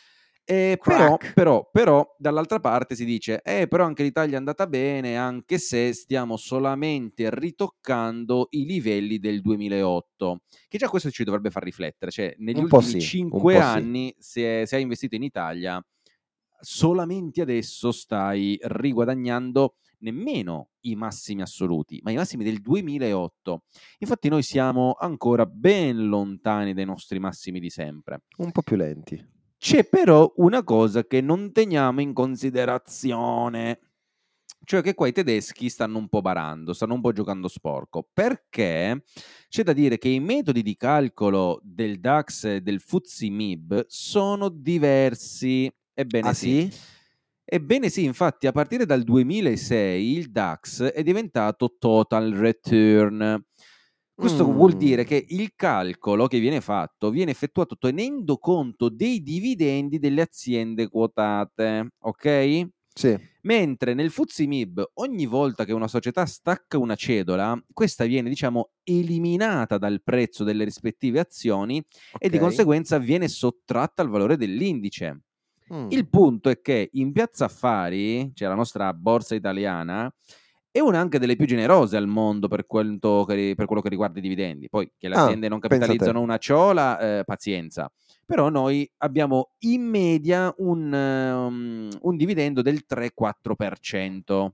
Però dall'altra parte si dice però anche l'Italia è andata bene, anche se stiamo solamente ritoccando i livelli del 2008, che già questo ci dovrebbe far riflettere. Cioè, negli ultimi 5 anni, se hai investito in Italia, solamente adesso stai riguadagnando nemmeno i massimi assoluti, ma i massimi del 2008. Infatti noi siamo ancora ben lontani dai nostri massimi di sempre. Un po' più lenti. C'è però una cosa che non teniamo in considerazione, cioè che qua i tedeschi stanno un po' barando, stanno un po' giocando sporco, perché c'è da dire che i metodi di calcolo del DAX e del FTSE MIB sono diversi. Ebbene sì. Ebbene sì, infatti a partire dal 2006 il DAX è diventato Total Return. Questo vuol dire che il calcolo che viene fatto viene effettuato tenendo conto dei dividendi delle aziende quotate, ok? Sì. Mentre nel FTSE MIB ogni volta che una società stacca una cedola, questa viene, diciamo, eliminata dal prezzo delle rispettive azioni e di conseguenza viene sottratta al valore dell'indice. Il punto è che in Piazza Affari, cioè la nostra borsa italiana, è una anche delle più generose al mondo per quello che riguarda i dividendi. Poi che le aziende non capitalizzano una ciola, pazienza. Però noi abbiamo in media un dividendo del 3-4%.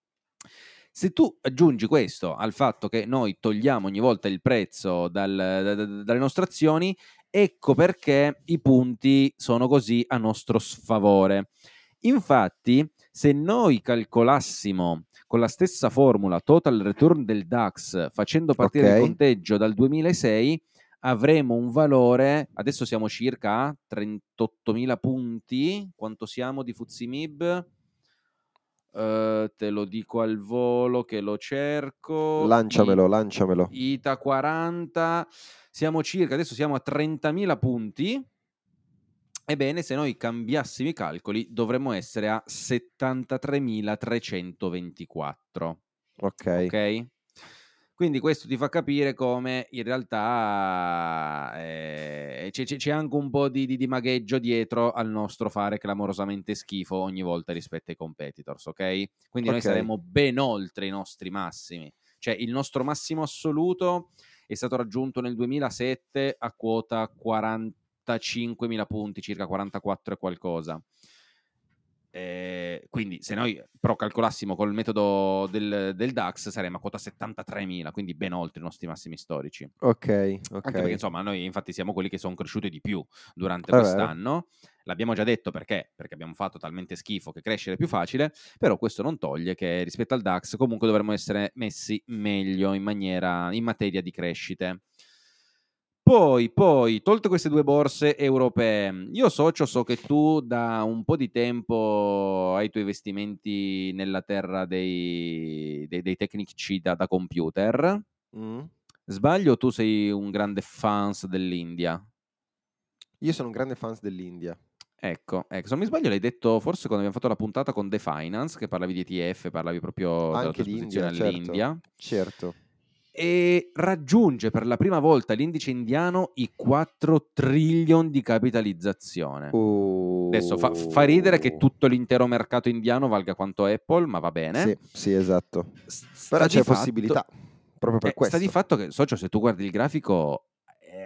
Se tu aggiungi questo al fatto che noi togliamo ogni volta il prezzo dalle nostre azioni, ecco perché i punti sono così a nostro sfavore. Infatti, se noi calcolassimo con la stessa formula total return del DAX facendo partire il conteggio dal 2006, avremo un valore, adesso siamo circa a 38.000 punti. Quanto siamo di FTSE MIB? Te lo dico al volo che lo cerco. Lanciamelo. ITA 40, adesso siamo a 30.000 punti. Ebbene, se noi cambiassimo i calcoli dovremmo essere a 73.324. Ok? Quindi questo ti fa capire come in realtà c'è anche un po' di magheggio dietro al nostro fare clamorosamente schifo ogni volta rispetto ai competitors, ok? Quindi noi saremo ben oltre i nostri massimi. Cioè il nostro massimo assoluto è stato raggiunto nel 2007 a quota 45.000 punti, circa 44 e qualcosa. Quindi se noi però calcolassimo col metodo del DAX saremmo a quota 73.000, quindi ben oltre i nostri massimi storici. Anche perché insomma noi infatti siamo quelli che sono cresciuti di più durante quest'anno. L'abbiamo già detto perché abbiamo fatto talmente schifo che crescere è più facile, però questo non toglie che rispetto al DAX comunque dovremmo essere messi meglio in materia di crescite. Poi, tolte queste due borse europee, io so che tu da un po' di tempo hai i tuoi investimenti nella terra dei tecnici da computer. Sbaglio o tu sei un grande fans dell'India? Io sono un grande fans dell'India. Ecco, se non mi sbaglio l'hai detto forse quando abbiamo fatto la puntata con The Finance, che parlavi di ETF, parlavi proprio della tua esposizione all'India. Certo. E raggiunge per la prima volta l'indice indiano i 4 trillion di capitalizzazione. Adesso fa ridere che tutto l'intero mercato indiano valga quanto Apple, ma va bene. Sì, esatto. Però c'è possibilità, proprio per questo. Sta di fatto che, socio, se tu guardi il grafico,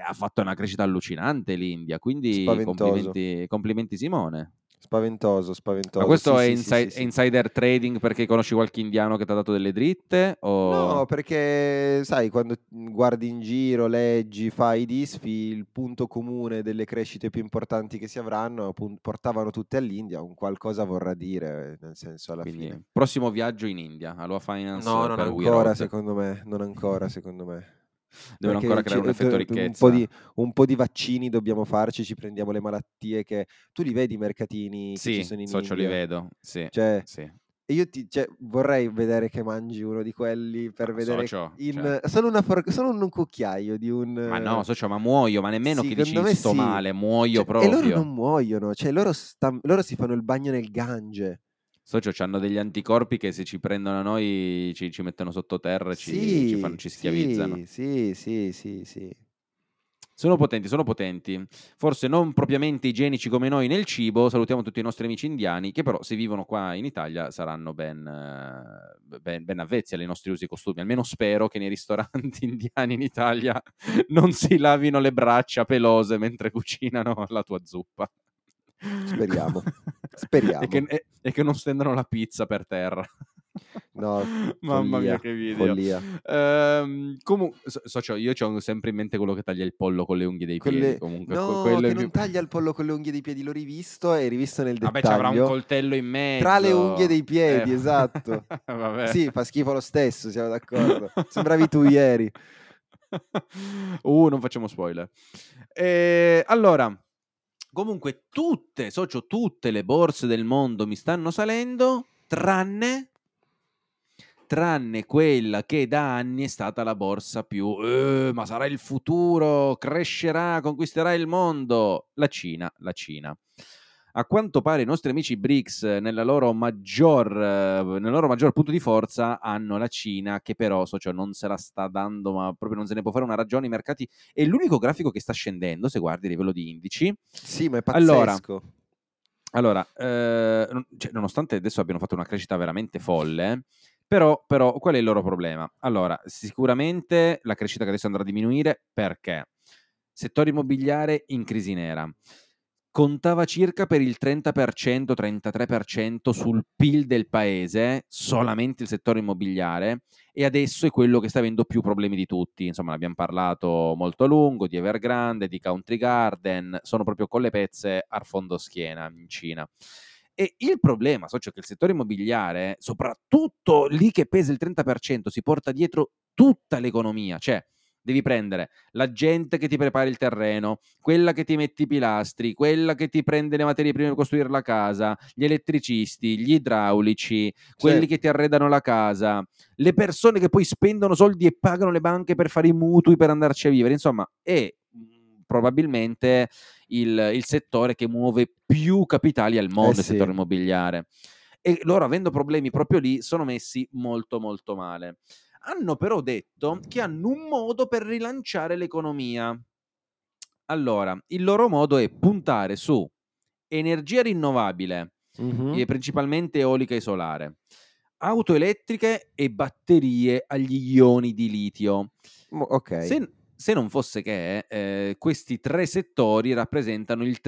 ha fatto una crescita allucinante l'India, quindi Spaventoso. complimenti Simone. Spaventoso, Ma spaventoso. questo Sì, è, sì, sì, sì, è sì. insider trading perché conosci qualche indiano che ti ha dato delle dritte? No, O... perché sai, quando guardi in giro, leggi, fai i disfi, il punto comune delle crescite più importanti che si avranno portavano tutte all'India, un qualcosa vorrà dire, nel senso alla Quindi, fine. prossimo viaggio in India, Aloha No, Finance non per We ancora Road. secondo me, non ancora secondo me. Devono ancora Perché creare un effetto ricchezza. un po' di vaccini dobbiamo farci, ci prendiamo le malattie che... Tu li vedi i mercatini che ci Sì, sono in socio li India? vedo, sì, Cioè, sì. e io cioè, vorrei vedere che mangi uno di quelli per No, vedere socio, cioè, solo un cucchiaio di ma no, un... socio, ma muoio, ma nemmeno che Secondo dici me sto sì. male, muoio Cioè, e loro non proprio. muoiono, cioè loro si fanno il bagno nel Gange. Socio, hanno degli anticorpi che se ci prendono a noi ci mettono sottoterra e Sì, ci schiavizzano. sì, sì, sì, sì, sì. Sono potenti, sono potenti. Forse non propriamente igienici come noi nel cibo. Salutiamo tutti i nostri amici indiani, che però se vivono qua in Italia saranno ben avvezzi ai nostri usi e costumi. Almeno spero che nei ristoranti indiani in Italia non si lavino le braccia pelose mentre cucinano la tua zuppa. Speriamo, E che, speriamo. e che non stendano la pizza per terra. No, Mamma mia, follia, che video. follia. Comunque, socio, io ho sempre in mente quello che taglia il pollo con le unghie dei piedi. Comunque, No, quello è che il mio. non taglia il pollo con le unghie dei piedi, l'ho rivisto e rivisto nel Vabbè, ci avrà un dettaglio. coltello in Tra le unghie mezzo. dei piedi, esatto. Vabbè. Sì, fa schifo lo stesso, siamo d'accordo. Sembravi tu ieri. Non facciamo spoiler. Allora, comunque, socio, tutte le borse del mondo mi stanno salendo, tranne quella che da anni è stata la borsa più ma sarà il futuro, crescerà, conquisterà il mondo, la Cina, la Cina. A quanto pare i nostri amici BRICS nel loro maggior punto di forza hanno la Cina che però socio, non se la sta dando, ma proprio non se ne può fare una ragione. I mercati è l'unico grafico che sta scendendo, se guardi a livello di indici. Sì, ma è Allora, pazzesco. cioè, nonostante adesso abbiano fatto una crescita veramente folle, però qual è il loro problema? Allora, sicuramente la crescita che adesso andrà a diminuire perché settore immobiliare in crisi nera. Contava circa per il 30%, 33% sul PIL del paese, solamente il settore immobiliare, e adesso è quello che sta avendo più problemi di tutti. Insomma, ne abbiamo parlato molto a lungo di Evergrande, di Country Garden, sono proprio con le pezze a fondo schiena in Cina. E il problema, socio, è che il settore immobiliare, soprattutto lì che pesa il 30%, si porta dietro tutta l'economia, cioè devi prendere la gente che ti prepara il terreno, quella che ti mette i pilastri, quella che ti prende le materie prime per costruire la casa, gli elettricisti, gli idraulici, Sì, quelli che ti arredano la casa, le persone che poi spendono soldi e pagano le banche per fare i mutui per andarci a vivere. Insomma, è probabilmente il settore che muove più capitali al eh mondo, il sì. settore immobiliare. E loro, avendo problemi proprio lì, sono messi molto molto male. Hanno però detto che hanno un modo per rilanciare l'economia. Allora, il loro modo è puntare su energia rinnovabile, Mhm. principalmente eolica e solare, auto elettriche e batterie agli ioni di litio. Ok. Se non fosse che questi tre settori rappresentano il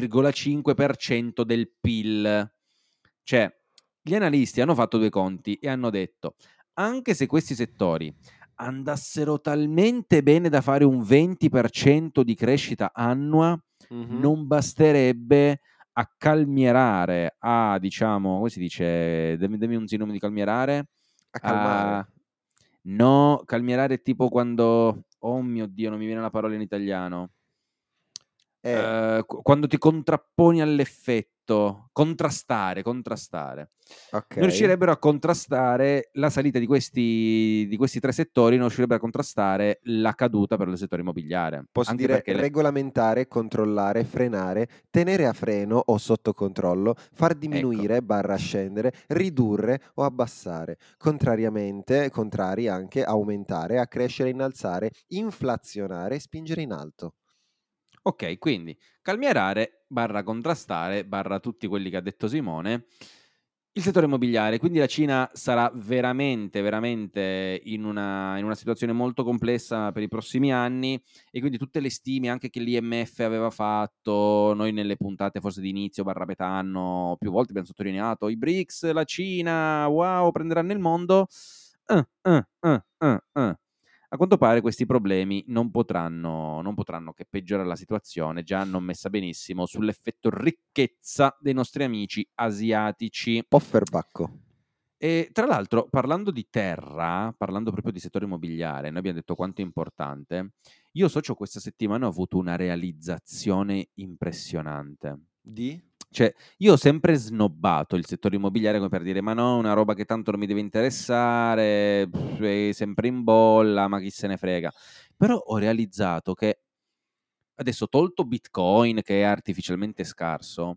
3,5% del PIL. Cioè, gli analisti hanno fatto due conti e hanno detto, anche se questi settori andassero talmente bene da fare un 20% di crescita annua, Mhm. non basterebbe a calmierare, a diciamo, come si dice, dammi un sinonimo di calmierare, A calmare. a... No, calmierare è tipo quando, oh mio Dio, non mi viene la parola in italiano. Eh, Quando ti contrapponi all'effetto, contrastare. ok. Non riuscirebbero a contrastare la salita di questi tre settori, non riuscirebbero a contrastare la caduta per il settore immobiliare. Posso Anche dire perché regolamentare, controllare, frenare, tenere a freno o sotto controllo, far ecco, diminuire barra scendere, ridurre o abbassare. Contrariamente, contrari anche aumentare, accrescere, innalzare, inflazionare, spingere in alto. ok, quindi calmierare barra contrastare barra tutti quelli che ha detto Simone. Il settore immobiliare, quindi la Cina sarà veramente, veramente in una situazione molto complessa per i prossimi anni, e quindi tutte le stime anche che l'IMF aveva fatto, noi nelle puntate forse di inizio barra metà anno più volte abbiamo sottolineato i BRICS, la Cina, wow, prenderanno il mondo. Uh, uh, uh, uh. A quanto pare questi problemi non potranno che peggiorare la situazione, già non messa benissimo, sull'effetto ricchezza dei nostri amici asiatici. Pofferbacco. E tra l'altro, parlando di terra, parlando proprio di settore immobiliare, noi abbiamo detto quanto è importante. Io, socio, questa settimana ho avuto una realizzazione impressionante. Di? Cioè, io ho sempre snobbato il settore immobiliare come per dire, ma no, è una roba che tanto non mi deve interessare, è sempre in bolla, ma chi se ne frega. Però ho realizzato che adesso, tolto Bitcoin che è artificialmente scarso,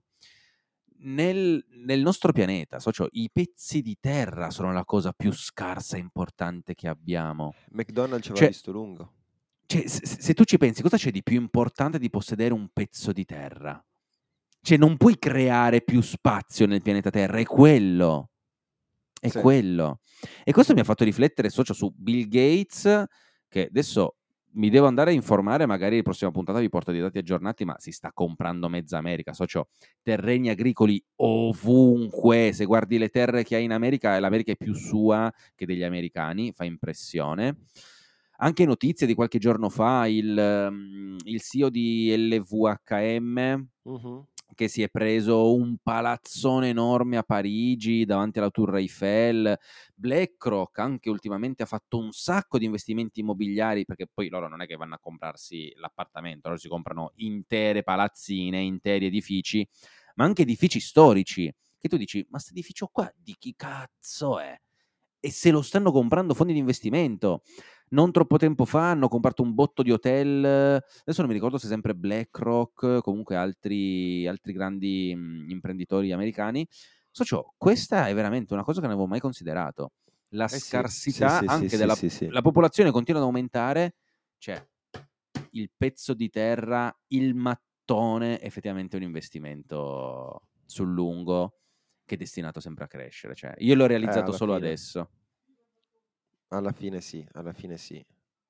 nel nostro pianeta, socio, i pezzi di terra sono la cosa più scarsa e importante che abbiamo. McDonald's ci aveva Cioè, visto lungo. se tu ci pensi, cosa c'è di più importante di possedere un pezzo di terra? Cioè, non puoi creare più spazio nel pianeta Terra, è quello. È Sì. quello. E questo mi ha fatto riflettere, socio, su Bill Gates, che adesso mi devo andare a informare, magari la prossima puntata vi porto dei dati aggiornati, ma si sta comprando mezza America, socio, terreni agricoli ovunque. Se guardi le terre che ha in America, l'America è più sua che degli americani, fa impressione. Anche notizie di qualche giorno fa, il CEO di LVHM, Mhm. che si è preso un palazzone enorme a Parigi davanti alla Tour Eiffel. BlackRock anche ultimamente ha fatto un sacco di investimenti immobiliari, perché poi loro non è che vanno a comprarsi l'appartamento, loro si comprano intere palazzine, interi edifici, ma anche edifici storici, che tu dici, ma questo edificio qua di chi cazzo è? E se lo stanno comprando fondi di investimento. Non troppo tempo fa hanno comprato un botto di hotel, adesso non mi ricordo se sempre BlackRock, comunque altri grandi imprenditori americani. Socio, questa è veramente una cosa che non avevo mai considerato. La Eh sì, sì, scarsità sì, sì, anche sì, della sì, sì. la popolazione continua ad aumentare, cioè il pezzo di terra, il mattone, effettivamente è un investimento sul lungo che è destinato sempre a crescere. Cioè, io l'ho realizzato Alla solo fine. adesso. Alla fine sì, alla fine sì.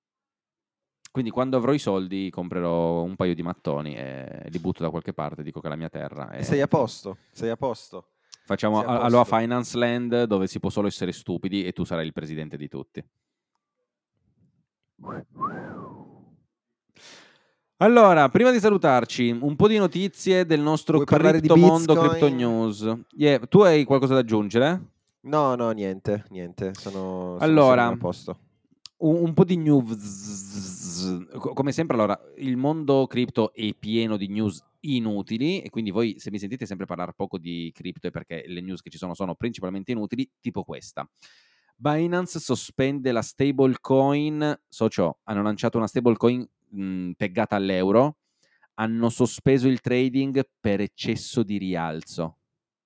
Quindi quando avrò i soldi comprerò un paio di mattoni e li butto da qualche parte, dico che è la mia terra E sei e a posto, sei a posto. facciamo Sei a Aloha posto. Finance Land, dove si può solo essere stupidi e tu sarai il presidente di tutti. Allora, prima di salutarci, un po' di notizie del nostro Vuoi parlare di criptomondo, Crypto Bitcoin? News. Yeah, tu hai qualcosa da aggiungere? No, no, niente, niente. Sono Allora, a posto. un po' di news. Come sempre, allora, il mondo cripto è pieno di news inutili, e quindi voi, se mi sentite sempre parlare poco di cripto, è perché le news che ci sono principalmente inutili, tipo questa. Binance sospende la stablecoin. Socio, hanno lanciato una stablecoin peggata all'euro, hanno sospeso il trading per eccesso di rialzo.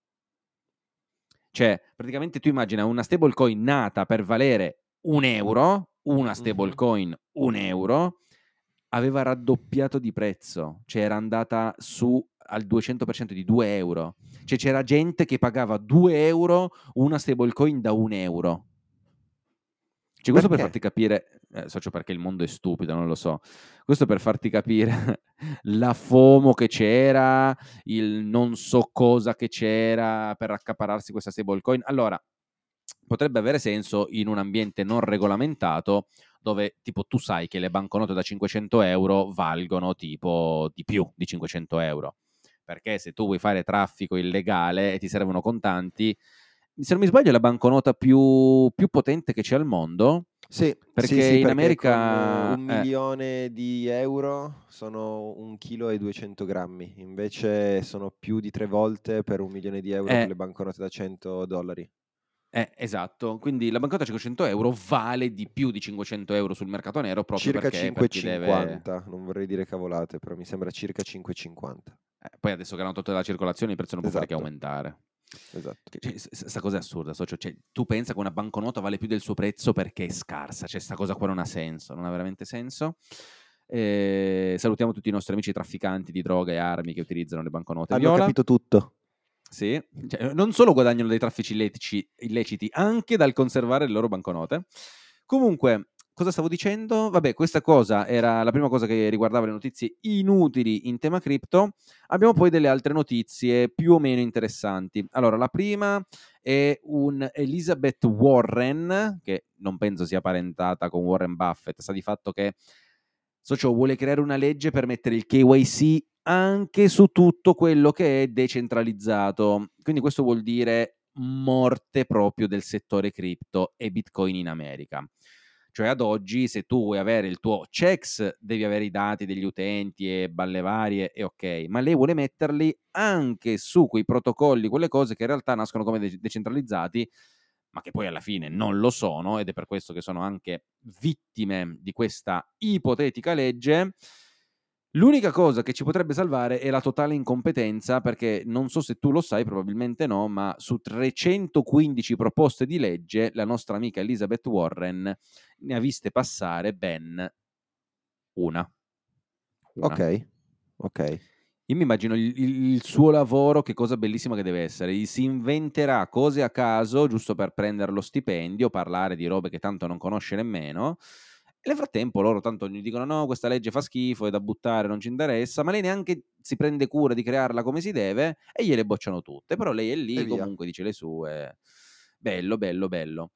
Cioè, praticamente tu immagina una stablecoin nata per valere €1, una Mhm. stablecoin €1, aveva raddoppiato di prezzo, cioè era andata su al 200% di €2. Cioè c'era gente che pagava €2 una stablecoin da €1. Cioè, questo per Perché? farti capire, socio, perché il mondo è stupido, non lo so. Questo per farti capire la FOMO che c'era, il non so cosa che c'era per accaparrarsi questa stablecoin. Allora, potrebbe avere senso in un ambiente non regolamentato, dove tipo tu sai che le banconote da €500 valgono tipo di più di €500. Perché se tu vuoi fare traffico illegale e ti servono contanti, se non mi sbaglio è la banconota più potente che c'è al mondo, Sì, sì, perché sì, in perché con America... 1 milione di euro sono 1,2 kg. Invece sono più di 3 volte per 1 milione di euro eh, le banconote da $100. esatto, quindi la banconota da €500 vale di più di €500 sul mercato nero, proprio Circa perché per chi deve... 5,50, non vorrei dire cavolate, però mi sembra circa 5,50. Poi adesso che hanno tolto la circolazione il prezzo non può fare che Esatto, aumentare. esatto. Cioè, sta cosa è assurda, socio. Cioè, tu pensa che una banconota vale più del suo prezzo perché è scarsa, cioè sta cosa qua non ha senso, non ha veramente senso. Salutiamo tutti i nostri amici trafficanti di droga e armi che utilizzano le banconote Hanno viola. capito tutto. Sì, cioè, non solo guadagnano dai traffici illeciti, anche dal conservare le loro banconote. Comunque, cosa stavo dicendo? Vabbè, questa cosa era la prima cosa che riguardava le notizie inutili in tema cripto. Abbiamo poi delle altre notizie più o meno interessanti. Allora, la prima è un Elizabeth Warren, che non penso sia parentata con Warren Buffett, sta di fatto che Socio vuole creare una legge per mettere il KYC anche su tutto quello che è decentralizzato. Quindi questo vuol dire morte proprio del settore cripto e Bitcoin in America. Cioè ad oggi se tu vuoi avere il tuo checks devi avere i dati degli utenti e balle varie e ok, ma lei vuole metterli anche su quei protocolli, quelle cose che in realtà nascono come decentralizzati, ma che poi alla fine non lo sono, ed è per questo che sono anche vittime di questa ipotetica legge. L'unica cosa che ci potrebbe salvare è la totale incompetenza, perché non so se tu lo sai, probabilmente no, ma su 315 proposte di legge la nostra amica Elizabeth Warren ne ha viste passare ben una. Ok, ok. Io mi immagino il suo lavoro, che cosa bellissima che deve essere. Si inventerà cose a caso, giusto per prendere lo stipendio, parlare di robe che tanto non conosce nemmeno. E nel frattempo loro tanto gli dicono no, questa legge fa schifo, è da buttare, non ci interessa, ma lei neanche si prende cura di crearla come si deve e gliele bocciano tutte. Però lei è E lì, via. comunque dice le sue. Bello, bello, bello.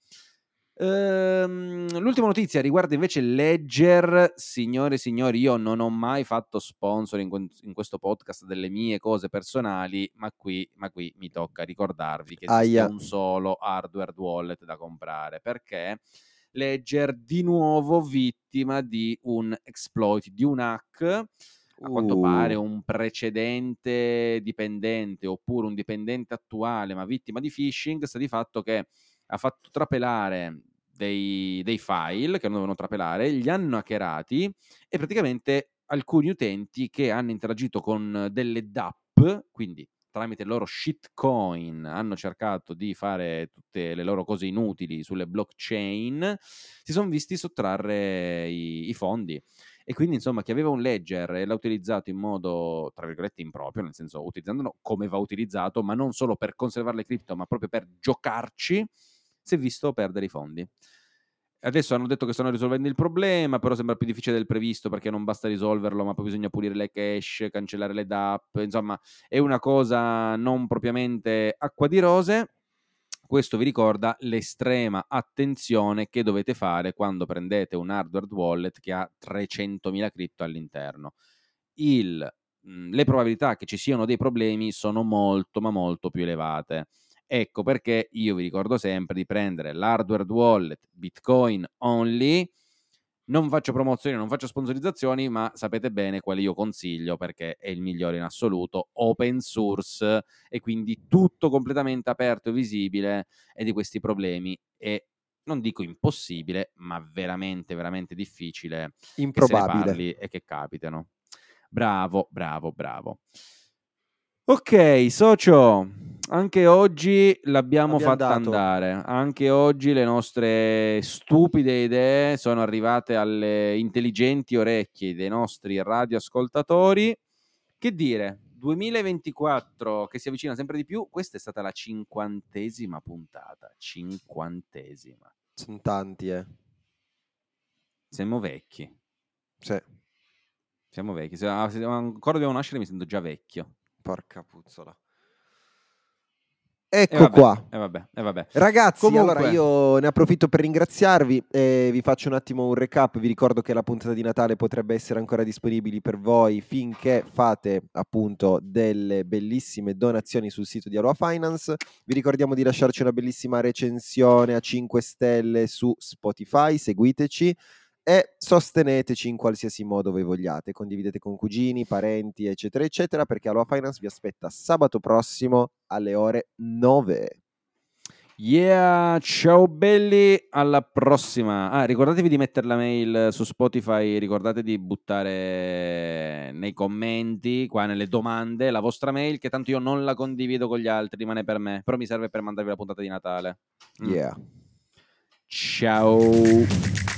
L'ultima notizia riguarda invece Ledger. Signore e signori, io non ho mai fatto sponsor in questo podcast delle mie cose personali, ma qui mi tocca ricordarvi che esiste Aia. un solo hardware wallet da comprare, perché Ledger di nuovo vittima di un exploit, di un hack. A quanto pare un precedente dipendente oppure un dipendente attuale ma vittima di phishing, sta di fatto che ha fatto trapelare dei file che non dovevano trapelare, li hanno hackerati e praticamente alcuni utenti che hanno interagito con delle DApp, quindi tramite il loro shitcoin hanno cercato di fare tutte le loro cose inutili sulle blockchain, si sono visti sottrarre i fondi. E quindi, insomma, chi aveva un ledger e l'ha utilizzato in modo, tra virgolette, improprio, nel senso utilizzandolo come va utilizzato, ma non solo per conservare le cripto, ma proprio per giocarci, si è visto perdere i fondi. Adesso hanno detto che stanno risolvendo il problema, però sembra più difficile del previsto perché non basta risolverlo, ma poi bisogna pulire le cache, cancellare le DApp, insomma, è una cosa non propriamente acqua di rose. Questo vi ricorda l'estrema attenzione che dovete fare quando prendete un hardware wallet che ha 300.000 cripto all'interno. Le probabilità che ci siano dei problemi sono molto, ma molto più elevate. Ecco perché io vi ricordo sempre di prendere l'hardware wallet Bitcoin only. Non faccio promozioni, non faccio sponsorizzazioni, ma sapete bene quale io consiglio perché è il migliore in assoluto, open source e quindi tutto completamente aperto e visibile, e di questi problemi è, non dico impossibile, ma veramente, veramente difficile che se ne Improbabile. parli e che capitano. Bravo, bravo, bravo. Ok, socio, anche oggi l'abbiamo Abbiamo fatta dato. andare. Anche oggi le nostre stupide idee sono arrivate alle intelligenti orecchie dei nostri radioascoltatori. Che dire, 2024 che si avvicina sempre di più, questa è stata la 50ª puntata. 50ª. Sono tanti, Siamo vecchi. Sì. Siamo vecchi. Se ancora dobbiamo nascere, mi sento già vecchio. Porca puzzola. E Ecco vabbè, qua. e vabbè, e vabbè. Ragazzi, allora Comunque, io ne approfitto per ringraziarvi e vi faccio un attimo un recap. Vi ricordo che la puntata di Natale potrebbe essere ancora disponibile per voi finché fate appunto delle bellissime donazioni sul sito di Aloha Finance. Vi ricordiamo di lasciarci una bellissima recensione a 5 stelle su Spotify, seguiteci e sosteneteci in qualsiasi modo voi vogliate. Condividete con cugini, parenti, eccetera, eccetera, perché Aloha Finance vi aspetta sabato prossimo alle ore 9. yeah, ciao belli, alla prossima. Ah, ricordatevi di mettere la mail su Spotify, ricordate di buttare nei commenti, qua nelle domande, la vostra mail, che tanto io non la condivido con gli altri, rimane per me, però mi serve per mandarvi la puntata di Natale. Yeah. Ciao.